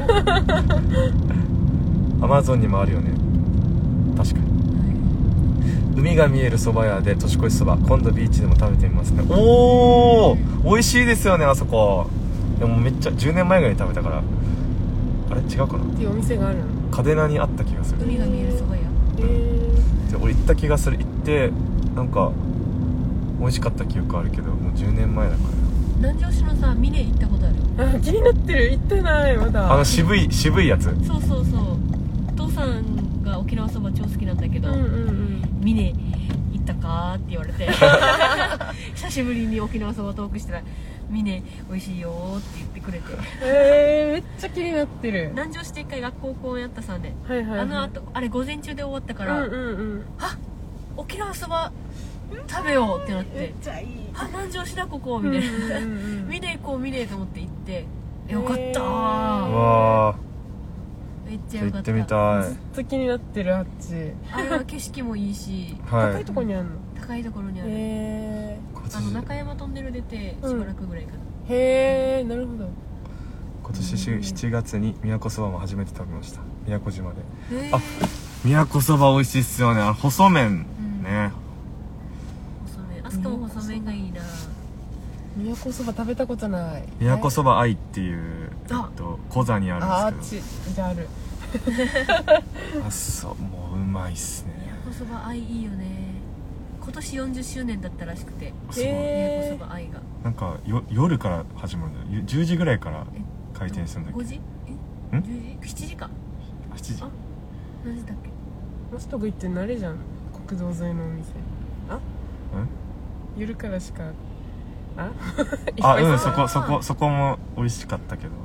アマゾンにもあるよね。確かに。海が見えるそば屋で年越しそば、今度ビーチでも食べてみますね。おお、美味しいですよねあそこ。でもめっちゃじゅうねんまえぐらいに食べたから、あれ違うかな。 っていうお店があるの。 嘉手納にあった気がする。 海が見えるそば屋。 えー、 で俺行った気がする。行ってなんか美味しかった記憶あるけど、もうじゅうねんまえだから。 南城市のさ峰行ったことある？ あ気になってる。行ってないまだ。 あの渋い渋いやつ。 そうそうそう。お父さんが沖縄そば超好きなんだけど、 うんうんうん峰行ったかーって言われて久しぶりに沖縄そばトークしたら峰美味しいよーって言ってくれて。 えー、めっちゃ気になってる。 南城市で一回学校公演やったさね、 はいはい、はい、 あの後あれ午前中で終わったから、 うんうんうんあ沖縄そば食べようってなっめってちゃいい。 あ南城市だここみたいなうんうんうん峰行こう峰と思って行ってよかったー、 へーわあ、 めっちじゃよかった。 ゃあ行ってみたい。 ずっと気になってるあっち。 あれは景色もいいし高いはい。 とこにあるの。 高いところにある、 へあの中山トンネル出てしばらくぐらいかな、 えへえなるほど。 今年しちがつに宮古そばも初めて食べました。宮古島で。 へーあ、宮古そば美味しいっすよね。あの細麺うんね。 細麺、あそこも細麺がいいな。 宮古そば食べたことない。 宮古そば愛っていうえあっと小座にあああっるんですちじゃあある。 けど、あそうもううまいっすね。 宮古そば愛いいよね。今年よんじゅっしゅうねんだったらしくて、 すごい。 へ宮古そば愛がなんかよ夜から始まるんだよ。じゅうじぐらいから開店するんだっけ。 ごじえんじゅうじしちじか。 はちじ。 あ何時だっけ。 マストが行ってんのあれじゃん。国道沿いのお店。あ夜からしかああ、うん、 いっぱいそこそこそこも美味しかったけど、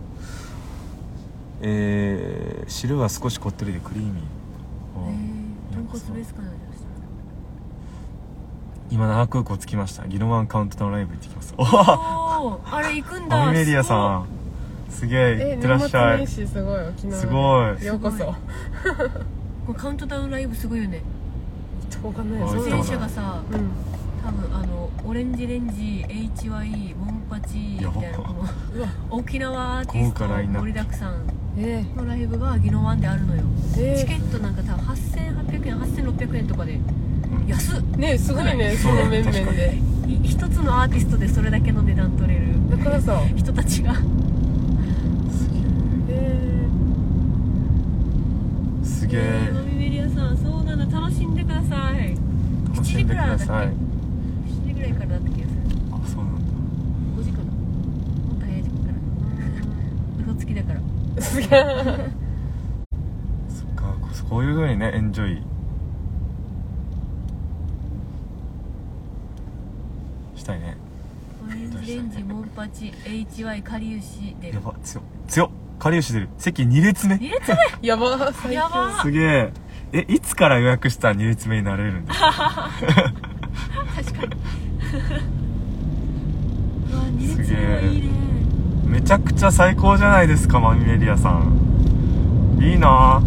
えー、汁は少しこってりでクリーミー。 へえ豚骨ベースかな。 今今那覇空港着きました。ギノワンカウントダウンライブ行ってきます。おおーあれ行くんだ。 アミメディアさんすげええ行ってらっしゃい。 年末年始すごい沖縄すごいようこそ。 すごいこれカウントダウンライブすごいよね。 わかんないあ出演そうなの。 者がさうん多分あのオレンジレンジ エイチワイ モンパチみたいなやばこのうわ沖縄アーティスト豪華ラインナップ盛りだくさんえのライブがギノワンであるのよ。 ー、えチケットなんか多分はっせんはっぴゃくえんはっせんろっぴゃくえんとかで安っ。 ー、ねすごいねその面々で。 い一つのアーティストでそれだけの値段取れるだからさ人たちがえすげえマミメリアさんそうなんだ。楽しんでください。 楽しんでください。 しちじぐらいからだった気がする。 あ、そうなんだ。 ごじかな。もっと早い時間から嘘つきだから。 ー、すげえ。 そっか、こういう風にねエンジョイしたいね。 オレンジレンジモンパチ エイチワイ かりゆし出る。 やば、強っ強っかりゆし出る。席に列目。 に列やば最強。 やばすげえ。 えいつから予約したらに列目になれるんですか？ 確かにうわに列目はいいね。 めちゃくちゃ最高じゃないですか、マミメリアさん。いいなぁ。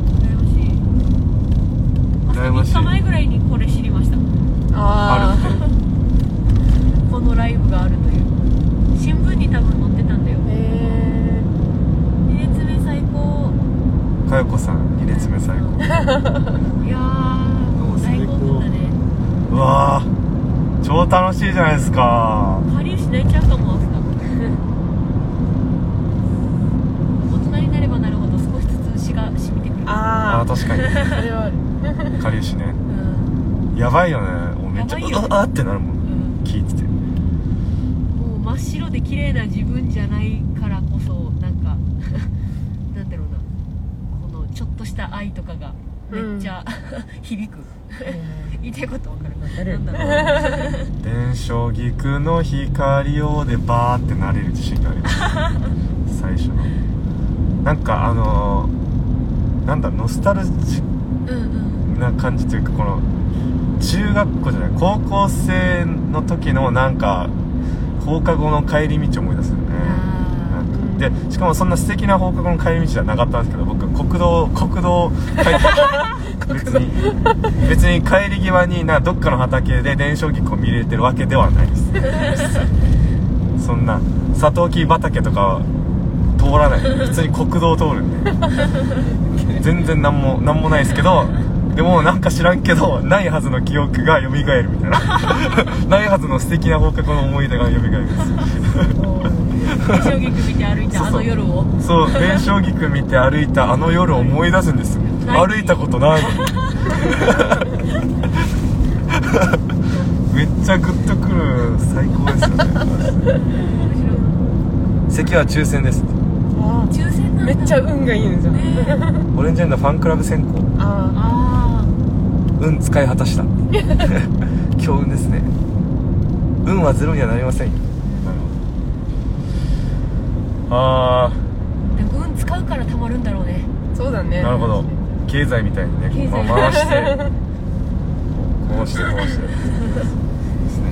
羨ましい。朝みっかまえぐらいにこれ知りました。 ああるってこのライブがあるという新聞に多分載ってたんだよ。 へに列目最高。 かよこさんに列目最高。 いやー大興奮だね。 うわー超楽しいじゃないですか。 かりゆし泣いちゃうかも。大人になればなるほど少しずつ詩が染みてくる。 ああー確かにそれはあるかりゆしね、 うん、 やばいよね。もうめっちゃやばいよねああってなるもん、 うん、 聞いてて。 もう真っ白で綺麗な自分じゃないからこそなんかなんだろうな、このちょっとした愛とかがめっちゃ、うん、響く言いたいことわかる。なんだろう電衝菊の光をでバーってなれる自信があります最初のなんかあのー、なんだノスタルジックな感じというか、この中学校じゃない高校生の時のなんか放課後の帰り道を思い出すよね。なんかでしかもそんな素敵な放課後の帰り道じゃなかったんですけど、僕国道国道帰って別に別に帰り際になどっかの畑で電衝菊を見れてるわけではないですそんなサトウキビ畑とか通らない。普通に国道を通るんで全然なんもなんもないですけど、でもなんか知らんけどないはずの記憶が蘇るみたいなないはずの素敵な放課後の思い出が蘇るんです電衝菊見て歩いたあの夜をそうそう電衝菊見て歩いたあの夜を思い出すんです。歩いたことないのにめっちゃグッとくる。最高ですよね席は抽選です。 あ抽選なんだ。 めっちゃ運がいいんですよ、ね、 オレンジエンドファンクラブ選考。 ああ運使い果たした強運ですね。運はゼロにはなりませんよ。なるほど。あーでも運使うからたまるんだろうね。 そうだね。 なるほど。経済みたいにねこう、ま、回してこうしてこうしてですね。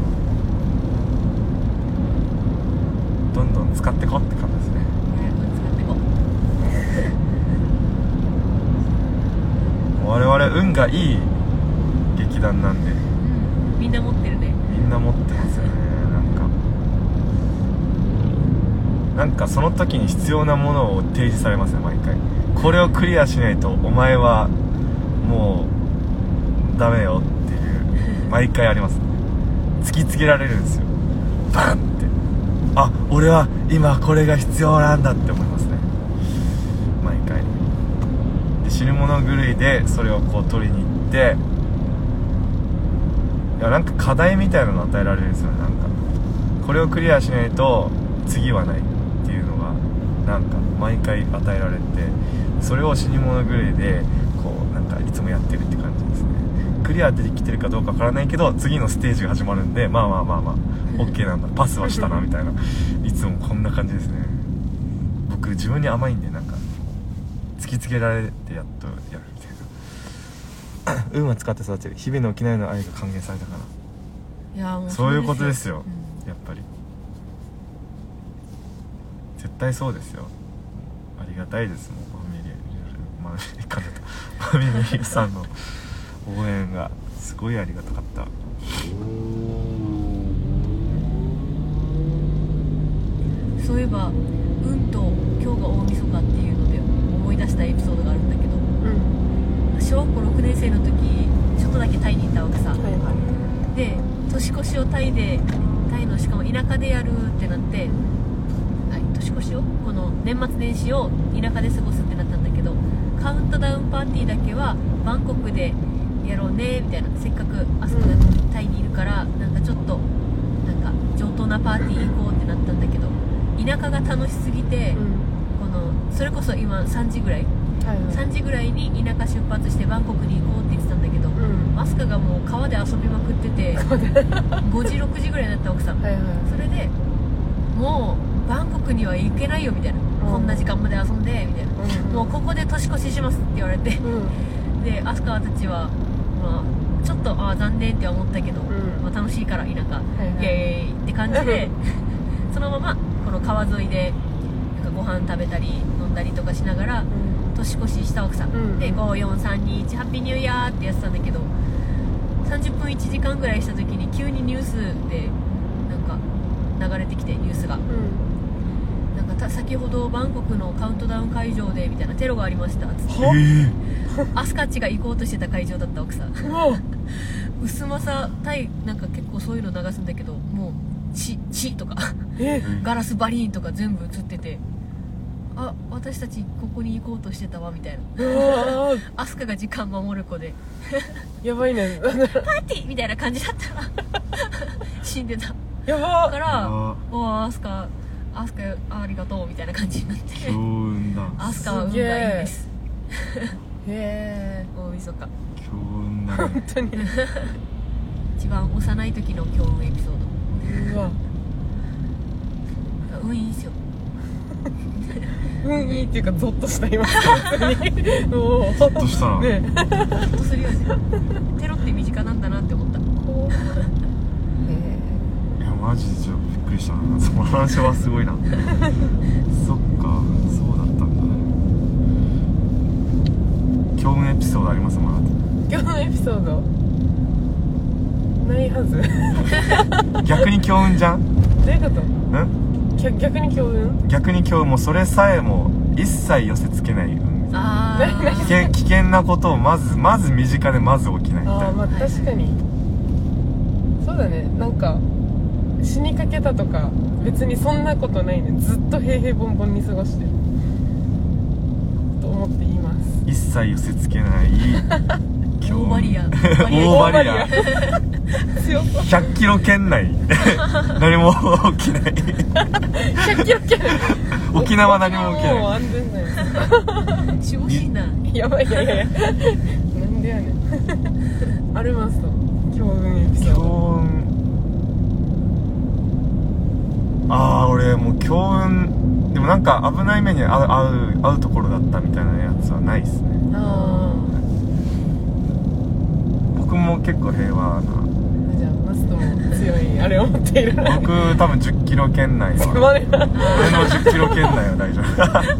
どんどん使ってこって感じですね。我々運がいい劇団なんで、うん、 みんな持ってるね。 みんな持ってますよね。なんかなんかその時に必要なものを提示されますね毎回。これをクリアしないとお前はもうダメよっていう毎回ありますね。突きつけられるんですよバンって。あ、俺は今これが必要なんだって思いますね毎回。で死ぬ物狂いでそれをこう取りに行って、いやなんか課題みたいなの与えられるんですよ。なんかこれをクリアしないと次はないっていうのがなんか毎回与えられて、それを死に物狂いでこうなんかいつもやってるって感じですね。クリアできてるかどうかわからないけど次のステージが始まるんで、まあまあまあまあ OK なんだパスはしたなみたいな、いつもこんな感じですね。僕自分に甘いんでなんか突きつけられてやっとやるみたいな運は使って育てる日々の沖縄への愛が還元されたかな。 いやもうそういうことですよ、 うん、 やっぱり絶対そうですよ。ありがたいですもん。マミリマミリカネとマミリさんの応援がすごいありがたかった。 そういえば運と今日が大晦日っていうので思い出したエピソードがあるんだけど、うん、小学校ろくねん生の時ちょっとだけタイに行ったわけさ、はいはい、で年越しをタイでタイのしかも田舎でやるってなって、はい、年越しをこの年末年始を田舎で過ごすってなったんだけど、カウントダウンパーティーだけはバンコクでやろうねみたいな、せっかくあそこでタイにいるからなんかちょっとなんか上等なパーティー行こうってなったんだけど、田舎が楽しすぎて、うん、このそれこそ今さんじぐらい、はいはい、さんじぐらいに田舎出発してバンコクに行こうって言ってたんだけど、うん、マスカがもう川で遊びまくっててごじろくじぐらいになった奥さん、はいはい、それでもうバンコクには行けないよみたいな、うん、こんな時間まで遊んでみたいな、うん、もうここで年越ししますって言われて、うん、でで飛鳥たちは、まあ、ちょっとあ残念って思ったけど、 うんまあ、楽しいから田舎、 はいはい、 イエーイって感じでそのままこの川沿いでなんかご飯食べたり飲んだりとかしながら、 うん年越ししたわけさ、 うん、 でごよんさんにいちハッピーニューイヤーってやってたんだけど、さんじゅっぷんいちじかんぐらいした時に急にニュースでなんか流れてきて、ニュースが、 うん、 なんかた先ほどバンコクのカウントダウン会場でみたいなテロがありましたっつって、 はアスカッチが行こうとしてた会場だったわけさ。 うわ薄まさタイなんか結構そういうの流すんだけど、もう血血とかえガラスバリーンとか全部映ってて、あ私たちここに行こうとしてたわみたいな。 うわアスカが時間守る子でやばいねパーティーみたいな感じだったら死んでたやばからあ 「おーアスカアスカありがとう」みたいな感じになって強運だアスカは運がいいんですへえ大晦日強運だね本当に一番幼い時の強運エピソーうわド運いいんすよ。 うんいいっていうかゾッとした今普通におおゾッとしたな、 ねほっとするよね。テロって身近なんだなって思った。 いやマジでちょっとびっくりしたな、その話はすごいなそっかそうだったんだね。強運エピソードありますもん。 今日のエピソードないはず逆に強運じゃん。 どういうことん逆逆に強運逆に強運、もうそれさえも一切寄せつけない運。 あ危険危険なことをまずまず身近でまず起きないみたいな。 ああまあ確かにそうだね。なんか死にかけたとか別にそんなことないね。ずっと平々凡々に過ごしてると思っています。 一切寄せつけないオーバリアオーバリア強そうひゃっキロ圏内何も起きないひゃっキロ圏沖縄何も起きもうない。 安全だよ守護神だ。 やばいやいやいやなんでやねんありますと強運エピソー強ド運、ああ俺もう強運でもなんか危ない目に遭う遭う遭うところだったみたいなやつはないですね。 あ僕も結構平和な。 あじゃあマストも強いあれを持っているな僕多分じゅっキロ圏内つまはねな俺のじゅっキロ圏内は大丈夫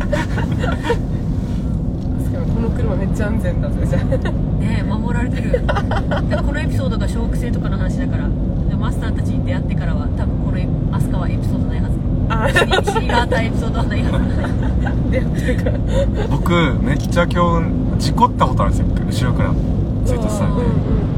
しかもこの車めっちゃ安全だぜじゃあねえ守られてる。でこのエピソードが小学生とかの話だから、でマスターたちに出会ってからは多分このアスカはエピソードないはず。 あシリがあったエピソードはないはず。 出会ってるから僕めっちゃ強運、事故ったことあるんですよ後ろから追突されて。 うん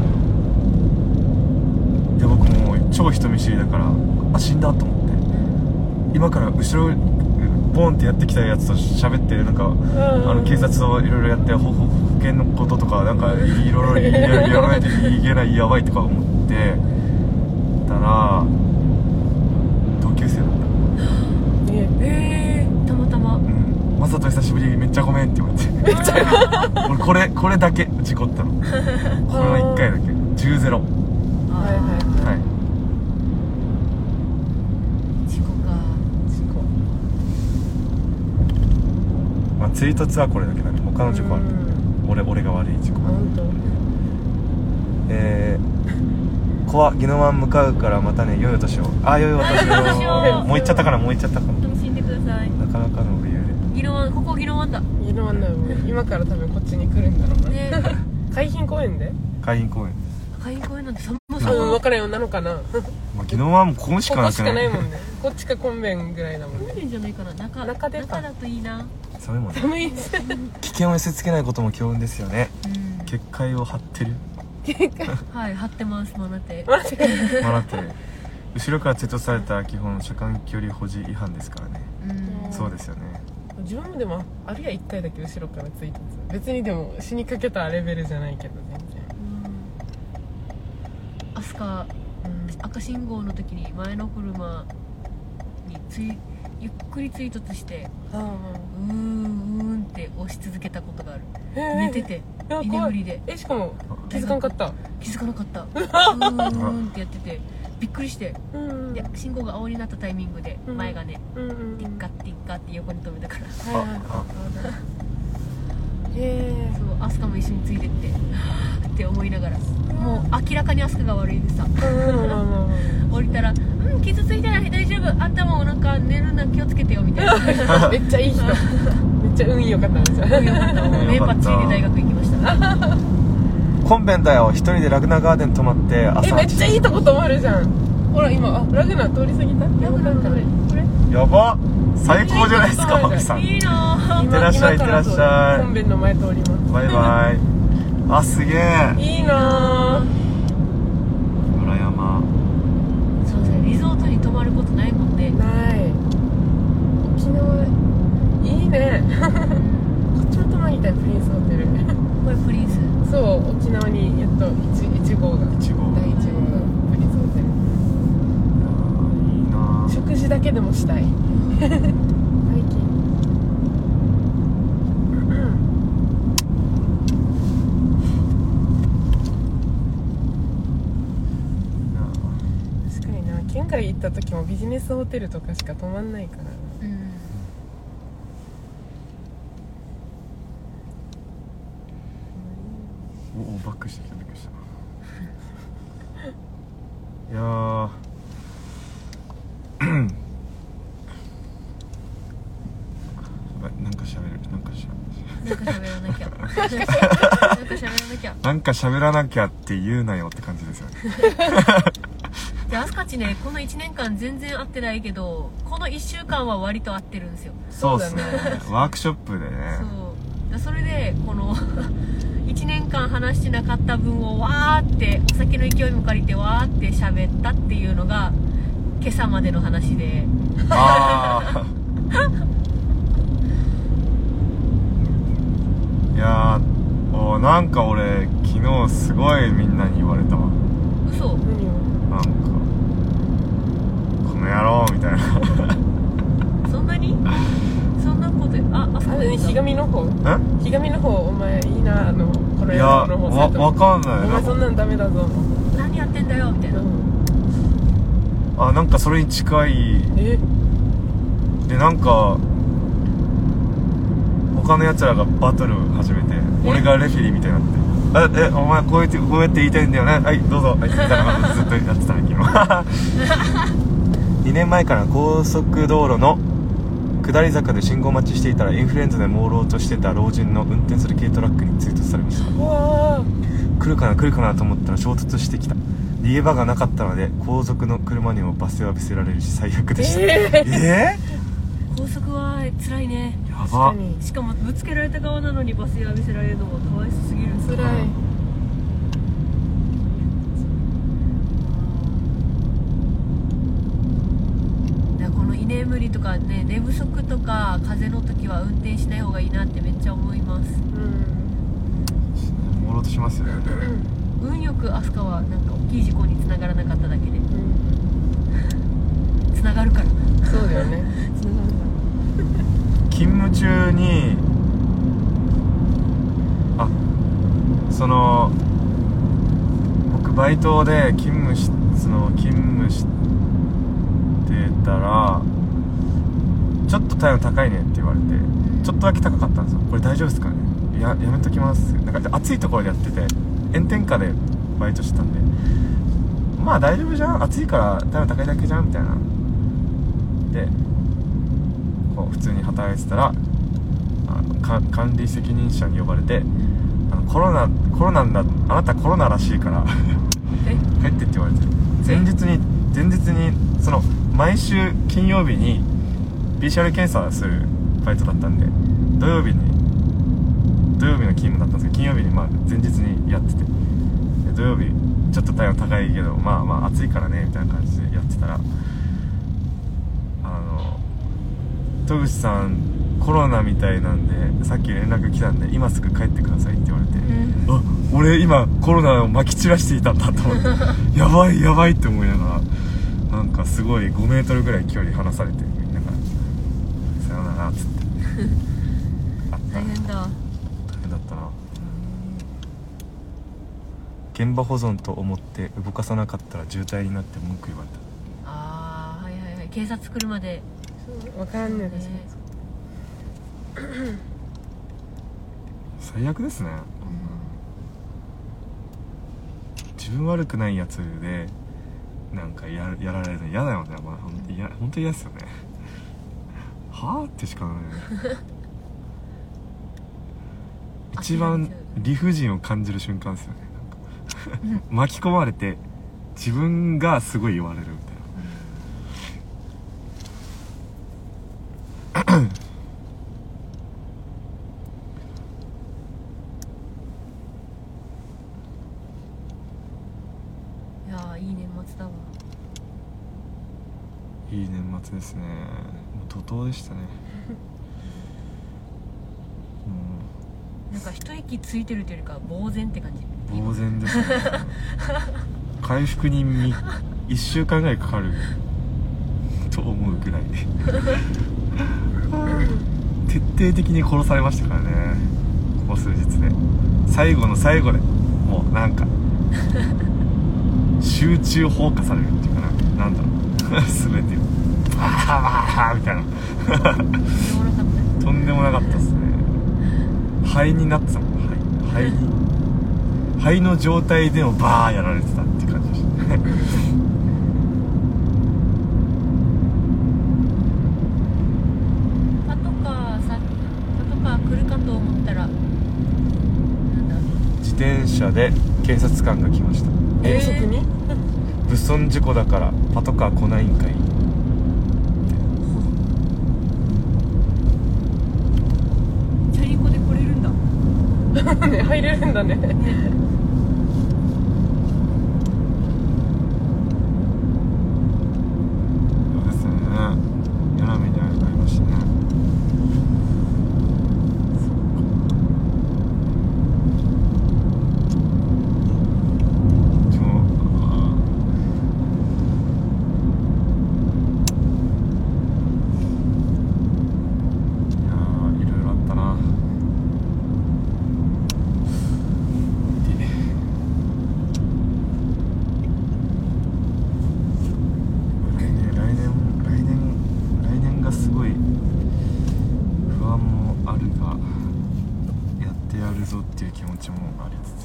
で僕もう超人見知りだからあ死んだと思って今から後ろボンってやってきたやつと喋ってなんか、 うんあの警察といろいろやって保保険のこととかなんかいろいろやらないといけないやばいとか思ってたら同級生だった。 ねえー、たまたま。 うんマサト久しぶりめっちゃごめんって言われてめっちゃ俺これこれだけ事故ったのこのいっかいだけじゅうゼロ。 はいはいはい事故か。 事故まあ追突はこれだけだね。他の事故はうん俺俺が悪い事故。 あ本当えー、子は宜野湾向かうからまたね良いお年を。あ良いお年良いお年ををもう行っちゃったかなもう行っちゃったかな。 楽しんでください。 なかなかの理由ギロワン、ここギロワンだ。 いろんな今から多分こっちに来るんだろうな、 ね海浜公園でで海浜公園。 海浜公園なんて寒多そう。 分分からんようなのかなまあ宜野湾もここしかここしなくないかないもんねこっちかコンベンぐらいだもんね公園じゃないかな。中中でか中だといいな。 それもね寒いです危険を寄せつけないことも強運ですよね。 うん。 結界を張ってるはい、張ってます。マナテ。 待ってまあだって後ろから追突された基本車間距離保持違反ですからね。 うん。 そうですよね。 自分もでもあるいはいっかいだけ後ろからついた別にでも死にかけたレベルじゃないけど全うんアスカ、 然、 赤信号の時に前の車についゆっくり追突してうん、あうーんうーんって押し続けたことがある。 あへ寝てて居眠りでえしかも気づかんかった気づかなかった。うーんうーんってやっててびっくりして、 うんで信号が青になったタイミングでうん前がね、 うんうんティッカティッカって横に止めたからはいはいあへそうアスカも一緒についてってって思いながら、もう明らかにアスカが悪いでさ、 えうんまあまあまあ降りたら「うん傷ついてない大丈夫、あんたもなんか寝るな気をつけてよ」みたいなめっちゃいい人めっちゃ運良かったんですよよかったもうメンバーついて大学行きましたコンベンだよ。一人でラグナガーデン泊まって朝えめっちゃいいとこ泊まるじゃん。ほら今あラグナ通り過ぎた。 ラグナのこれこれやば最高じゃないですかマキさん。 いいなぁ。 いってらっしゃい今からそういってらっしゃいコンベンの前通りますバイバイ。あすげえいいなぁ。 裏山。 そうですね、リゾートに泊まることないもんね。 ない沖縄いいねこっちも泊まりたいプリンスホテルこれプリンス。 そう沖縄にやっと いち号がいち号第いち号がプリンスホテル。 いいなぁ。 食事だけでもしたい最近確かにな県外行った時もビジネスホテルとかしか泊まんないからな。 うんおおバックしてきたびっくりしたいやーなんか喋るなんかしゃなんか喋らなきゃなんか喋らなきゃ。 なんか喋らなきゃって言うなよって感じですよねでアスカチねこのいちねんかん全然会ってないけど、このいっしゅうかんは割と会ってるんですよ。 そうですねそうだねワークショップでねそうそれでこのいちねんかん話してなかった分をわーってお酒の勢いも借りてわーって喋ったっていうのが今朝までの話でああいやーおなんか俺昨日すごいみんなに言われたわ。 嘘。 何をなんかこの野郎みたいなそんなにそんなことああそこあれひがみの方んひがみの方お前いいなあのこのいや野郎の方わわかんないお前そんなんダメだぞ何やってんだよみたいな。 あなんかそれに近いえでなんか他のやつらがバトル始めて俺がレフェリーみたいになって「ええお前こうやってこうやって言いたいんだよねはいどうぞ」はいみたいな感じでずっとやってたね昨日にねんまえから高速道路の下り坂で信号待ちしていたらインフルエンザで朦朧としてた老人の運転する軽トラックに追突されました。 うわ来るかな来るかなと思ったら衝突してきた。逃げ場がなかったので後続の車にも罰せを浴びせられるし最悪でした。 ええ高速は辛いね。 ー、や確ばかにしかもぶつけられた側なのにバス浴びせられるのもかわいそうすぎる。 辛いだからこの居眠りとかね寝不足とか風邪の時は運転しない方がいいなってめっちゃ思います。 うん朦朧としますよね。 運よくアスカはなんか大きい事故につながらなかっただけでうんつながるからそうだよねつながるか勤務中にあその僕バイトで勤務しその勤務してたらちょっと体温高いねって言われてちょっとだけ高かったんですよ。これ大丈夫ですかね。ややめときますなんか暑いところでやってて炎天下でバイトしてたんでまあ大丈夫じゃん暑いから体温高いだけじゃんみたいなでこう普通に働いてたらあのか管理責任者に呼ばれてあのコロナコロナだあなたコロナらしいからえ帰ってって言われて前日に前日にその毎週金曜日に ピーシーアール 検査するバイトだったんで土曜日に土曜日の勤務だったんですけど金曜日にまあ前日にやっててで土曜日ちょっと体温高いけどまあまあ暑いからねみたいな感じでやってたらあの戸口さんコロナみたいなんでさっき連絡来たんで今すぐ帰ってくださいって言われて、 うんあ俺今コロナをまき散らしていたんだと思ってやばいやばいって思いながらなんかすごいごメートルぐらい距離離されてみんながさよならっつってあった大変だ。 大変だったな。現場保存と思って動かさなかったら渋滞になって文句言われた。 ああはいはいはい警察来るまで分かんないですね最悪ですね。自分悪くないやつでなんか や, やられるの嫌だよね。まあ、ほんと嫌、ほんと嫌ですよね。はぁってしかない一番理不尽を感じる瞬間ですよね。なんか巻き込まれて自分がすごい言われるみたいな。 いやーいい年末だわ。 いい年末ですね。もう怒涛でしたね。もなんか一息ついてるというよりか呆然って感じ。 う呆然ですね。回復にみいっしゅうかんぐらいかかると思うぐらい徹底的に殺されましたからね、ここ数日で。最後の最後でもうなんか集中放火されるっていうかな、なんだろう全てをバーバーみたいなとんでもなかったですね。肺になってたもん。肺肺に肺の状態でもバーやられてたっていう感じでしたね。 パトカーさパトカー来るかと思ったらなんだ自転車で警察官が来ました。 遠足に物損事故だからパトカー来ないんかい。 チャリンコで来れるんだね、入れるんだね。 ね。 そうですね。嫌な目に遭いましたね。でもいやーいろいろあったな。すごい不安もあるがやってやるぞっていう気持ちもありつつ、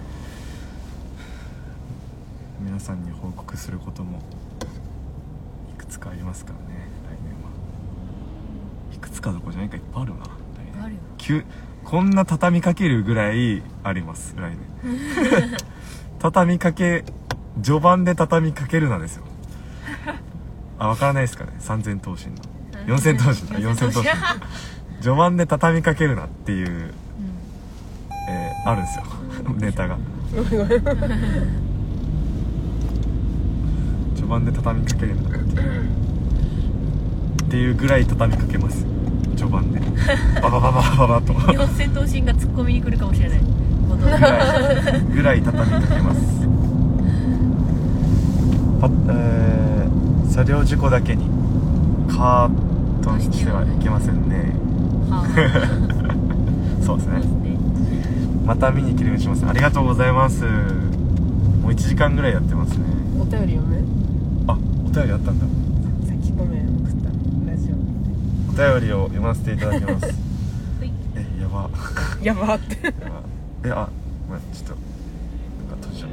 皆さんに報告することもいくつかありますからね。来年はいくつかどころじゃないかいっぱいあるな。来年あるよ。 急こんな畳みかけるぐらいあります来年。畳みかけ序盤で畳みかけるなですよ。あ、わからないですかね。三千頭身の四千頭身だ四千頭身序盤で畳みかけるなっていう、うん、えー、あるんですよネタが。序盤で畳みかけるなっていうっていうぐらい畳みかけます序盤でババババババと四千頭身が突っ込みに来るかもしれないぐらいぐらい畳みかけます。パえー、車両事故だけにカーとしてはいけませんね。はあ、そうですね。また見に来てみします。ありがとうございます。もういちじかんぐらいやってますね。 お便り読め。 あ、お便りあったんだ。 さっきごめん送ったラジオ。お便りを読ませていただきます。え、やば。 やばって。 え、あ、ごめん、ちょっとなんか閉じちゃった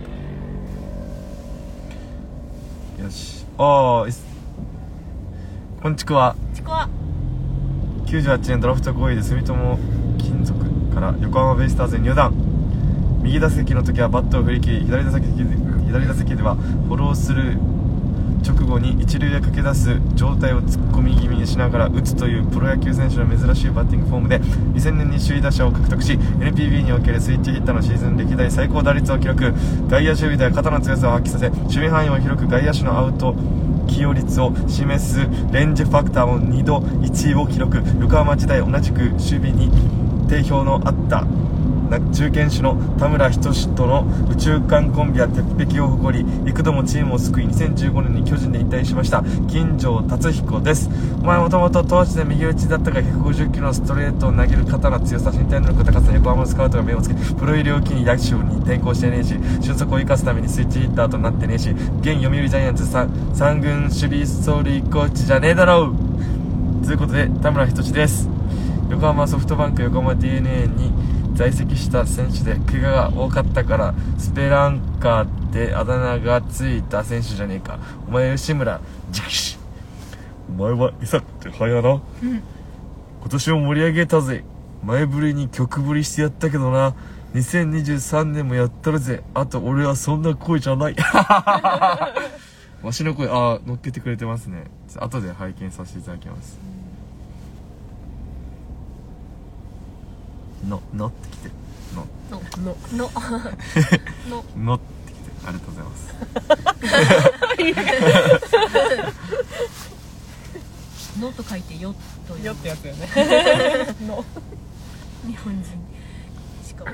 。よし。ああ、いす。こんちくわ。 ちくわ。 きゅうじゅうはちねんドラフトごいで住友金属から横浜ベイスターズに入団。右打席の時はバットを振り切り、左打席で左打席ではフォローする直後に一塁へ駆け出す状態を突っ込み気味にしながら打つというプロ野球選手の珍しいバッティングフォームでにせんねんに首位打者を獲得し エヌピービー におけるスイッチヒッターのシーズン歴代最高打率を記録。外野守備では肩の強さを発揮させ守備範囲を広く外野手のアウト起用率を示すレンジファクターもにどいちいを記録。横浜時代同じく守備に定評のあった中堅手の田村仁との宇宙間コンビは鉄壁を誇り幾度もチームを救いにせんじゅうごねんに巨人で引退しました金城達彦です。お前もともと投手で右打ちだったがひゃくごじゅっキロのストレートを投げる肩の強さ身体能力高さ横浜のスカウトが目をつけプロ入りを機に野手に転向してねえし俊足を生かすためにスイッチヒッターとなってねえし現読売ジャイアンツ三軍守備走塁コーチじゃねえだろうということで田村仁です。横浜ソフトバンク横浜 ディーエヌエー に在籍した選手で怪我が多かったからスペランカーってあだ名がついた選手じゃねえか。お前吉村直視、お前は伊坂って早な、うん、今年も盛り上げたぜ。前振りに曲振りしてやったけどな。にせんにじゅうさんねんもやったるぜ。あと俺はそんな声じゃないわしの声、あー乗っけてくれてますね。後で拝見させていただきます。ののってきてののののののってきてありがとうございますのと書いてよというよってやつよねの日本人しかも。 い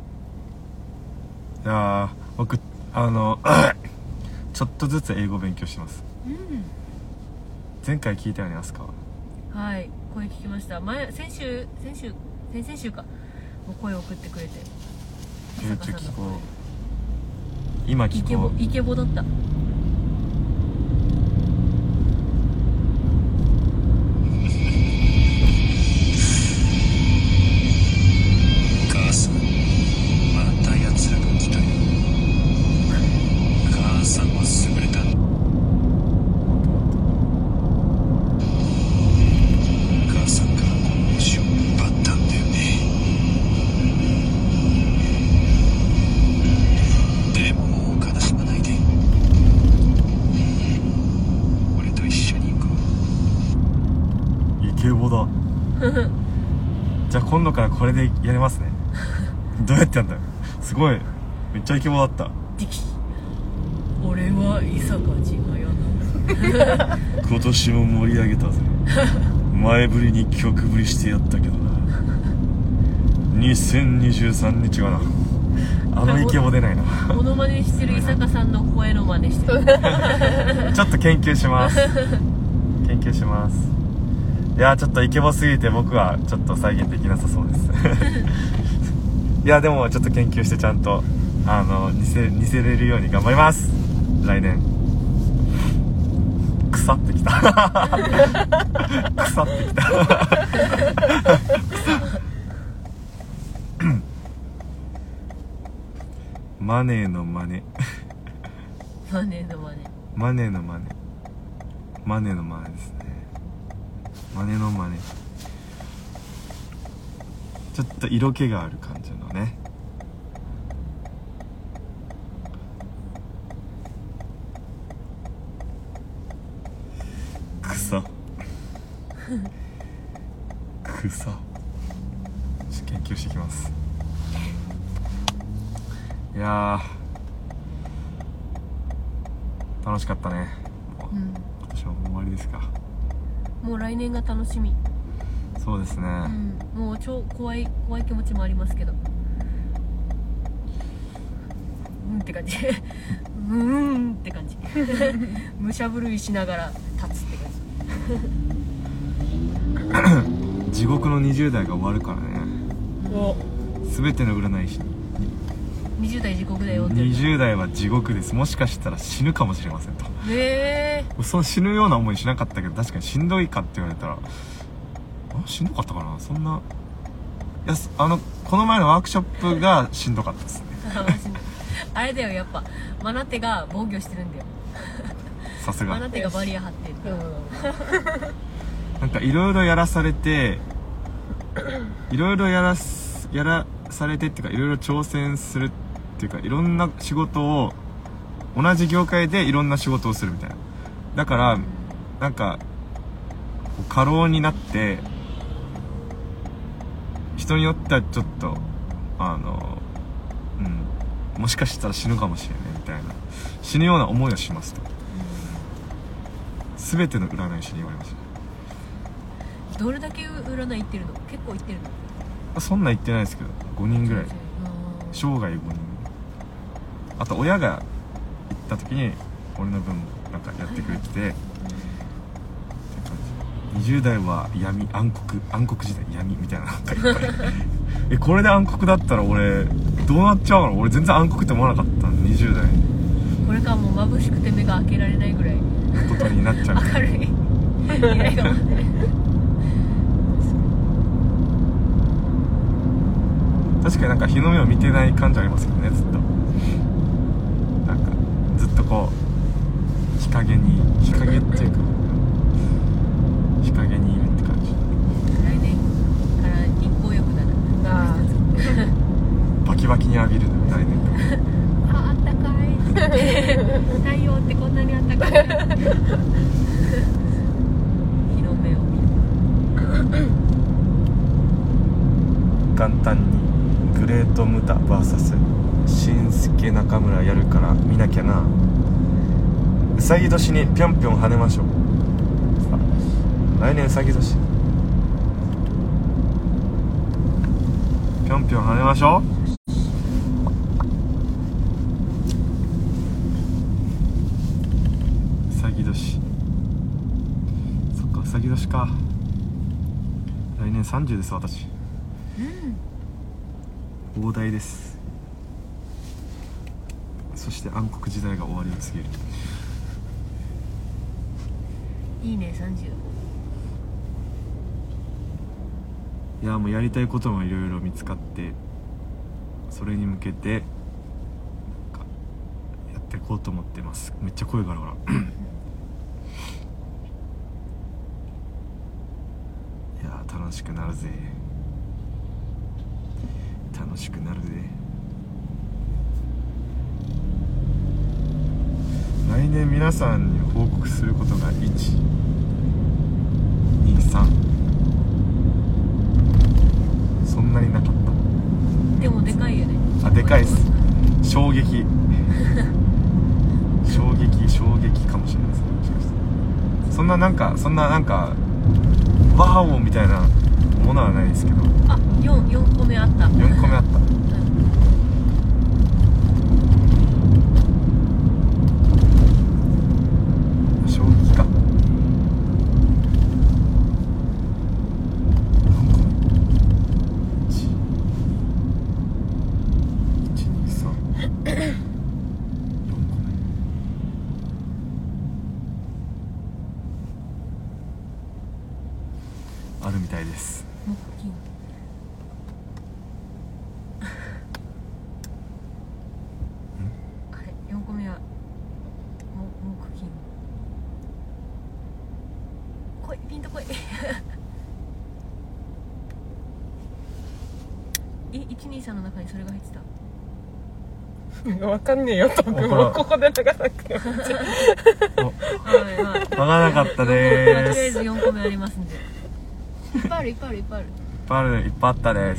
やー僕あのちょっとずつ英語勉強してます。 うん、 前回聞いたよね、アスカ。 はい、声聞きました。前先週先週先々週かもう声を送ってくれて、 めっちゃ聞こう。今聞こう。 イケボだった。 母さん、また奴らが来たよ。母さんは優れた。母さんからこの星を奪ったんだよね。でももう悲しまないで。俺と一緒に行こう。 イケボだじゃあ今度からこれでやれますねどうやってやんだよ。すごいめっちゃイケボだった。 俺は伊坂千早な今年も盛り上げたぜ前振りに曲振りしてやったけどな。にせんにじゅうさんにちはな、あのイケボ出ないなモノマネしてる伊坂さんの声の真似してるちょっと研究します研究します。いやーちょっとイケボすぎて僕はちょっと再現できなさそうですいやでもちょっと研究してちゃんとあの似せ似せれるように頑張ります。来年腐ってきた腐ってきたマネーのマネマネーのマネマネーのマネマネーのマネですね。マネのマネ、ちょっと色気がある感じのね。草草ちょっと研究してきます。いやー楽しかったね。もう、うん、今年はもう終わりですか。 もう来年が楽しみ。 そうですね、 うん、もう超怖い怖い気持ちもありますけど、うんって感じうーんって感じ武者震いしながら立つって感じ地獄のにじゅう代が終わるからね。 お全ての占い師にじゅう代地獄だよって。 にじゅう代は地獄です。もしかしたら死ぬかもしれませんと。 へえー、 そう死ぬような思いしなかったけど、確かにしんどいかって言われたら、あしんどかったかな。そんないやあのこの前のワークショップがしんどかったですねあれだよ、やっぱマナテが防御してるんだよさすがマナテがバリア張ってるなんかいろいろやらされていろいろやらすやらされてっていうか、いろいろ挑戦するっていうか、いろんな仕事を同じ業界でいろんな仕事をするみたいな。だからなんか過労になって人によってはちょっとあのうんもしかしたら死ぬかもしれないみたいな、死ぬような思いをしますと全ての占い師に言われました。 どれだけ占い行ってるの？結構行ってるの？ そんな言ってないですけどごにんぐらい、生涯ごにん。あと親が行った時に俺の分もなんかやってくれてて、はいはい、にじゅう代は闇、暗黒暗黒時代闇みたいななんかいっぱいえこれで暗黒だったら俺どうなっちゃうの。俺全然暗黒って思わなかったにじゅう代。 これからもう眩しくて目が開けられないぐらいことになっちゃう明るい未来が待ってる確かになんか日の目を見てない感じありますけどね、ずっとなんかずっとこう日陰に日陰っていうか日陰にいるって感じ。 来年から日光浴だな。 あバキバキに浴びるの来年あ、あったかい太陽ってこんなにあったかい日の目を見る。 元旦にグレートムタ ブイエス しんすけ中村やるから見なきゃな。うさぎ年にぴょんぴょん跳ねましょう。来年うさぎ年ぴょんぴょん跳ねましょう。うさぎ年、そっかうさぎ年か。来年さんじゅうです私。大台です。そして暗黒時代が終わりを告げる。 いいねさんじゅう。 いやもうやりたいこともいろいろ見つかって、それに向けてなんかやっていこうと思ってます。めっちゃ声があるからいやー楽しくなるぜ、楽しくなるぜ。来年皆さんに報告することがいち、に、さん、そんなになかった。 でもでかいよね。 あ、でかいっす。衝撃衝撃衝撃かもしれないですね、もしかして。そんななんかそんななんかワーオみたいなものはないですけど。 あ、よん、よんこめあった。 よんこめあった。衝撃か。何個目 ?いち、いち、に、さん、よんこめ。あるみたいです。 木金。はい、よんこめはも木金。来い、ピンと来いえ、いち、に、さんの中にそれが入ってた。 あわかんねえよ多分。もうここで流さなくてもはいはい。 わからなかったでとりあえーす。 ずよんこめありますんで。いっぱいあるいっぱいあるいっぱいある。 いっぱいある、いっぱいあったです。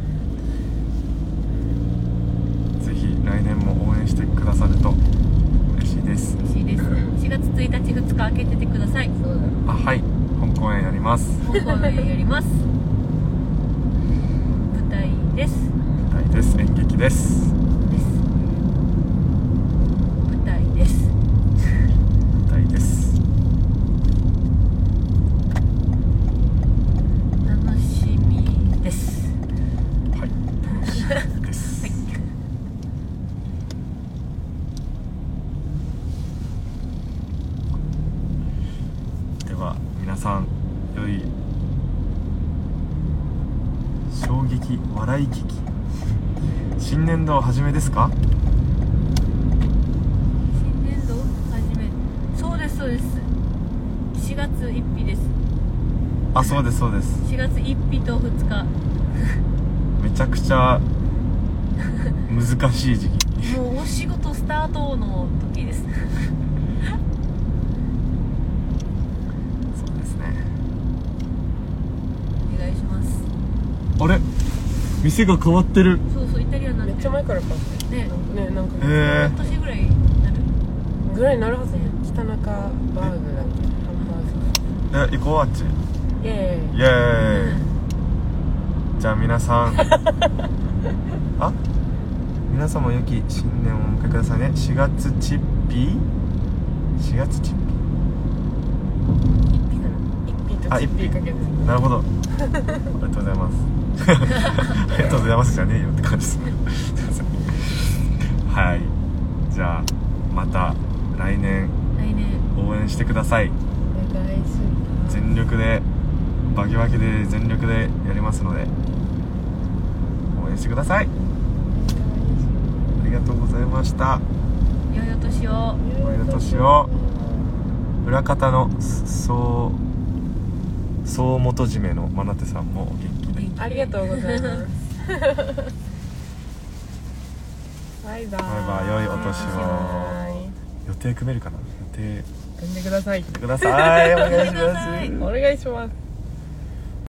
ぜひ来年も応援してくださると嬉しいです。 嬉しいです。しがつついたちふつか開けててください。 そうだ。 あ、はい、本公演やります。 本公演やります。舞台です。 舞台です。演劇です。 です舞台です舞台です。 楽しみです。 はい、楽しみです。 はいでは皆さん、良い衝撃笑い劇新年度初めですか？ 新年度始め。そうですそうです。しがつついたちです。 あ、そうですそうです。 しがつついたちとふつか。 めちゃくちゃ難しい時期もうお仕事スタートの時です。 そうですね。 お願いします。 あれ、店が変わってる。 そうそう、イタリアンになってる。 めっちゃ前からかってねねなんかへ半年ぐらいになる。 ぐらいになるはずね。北中バーグだっけ、ハンバーグ。 え、行こうあっち。 イエーイ。 イエーイ。じゃあ皆さんあ、皆さんも良き新年をお迎えくださいね。しがつちっぴしがつちっ一匹かな。 一ピーとチッピーかけて。 ぴなるほどありがとうございますありがとうございますじゃねえよって感じですねはい、じゃあまた来年来年応援してください。 お願いします。 全力でバキバキで全力でやりますので応援してください。ありがとうございました。 良いお年を。 良いお年を。裏方のそうそう元締めのマナテさんもお元気で。 ありがとうございますバイバイ。 バイバイ。良いお年を。予定組めるかな。予定組んでください。 組んでください。お願いします。 お願いします。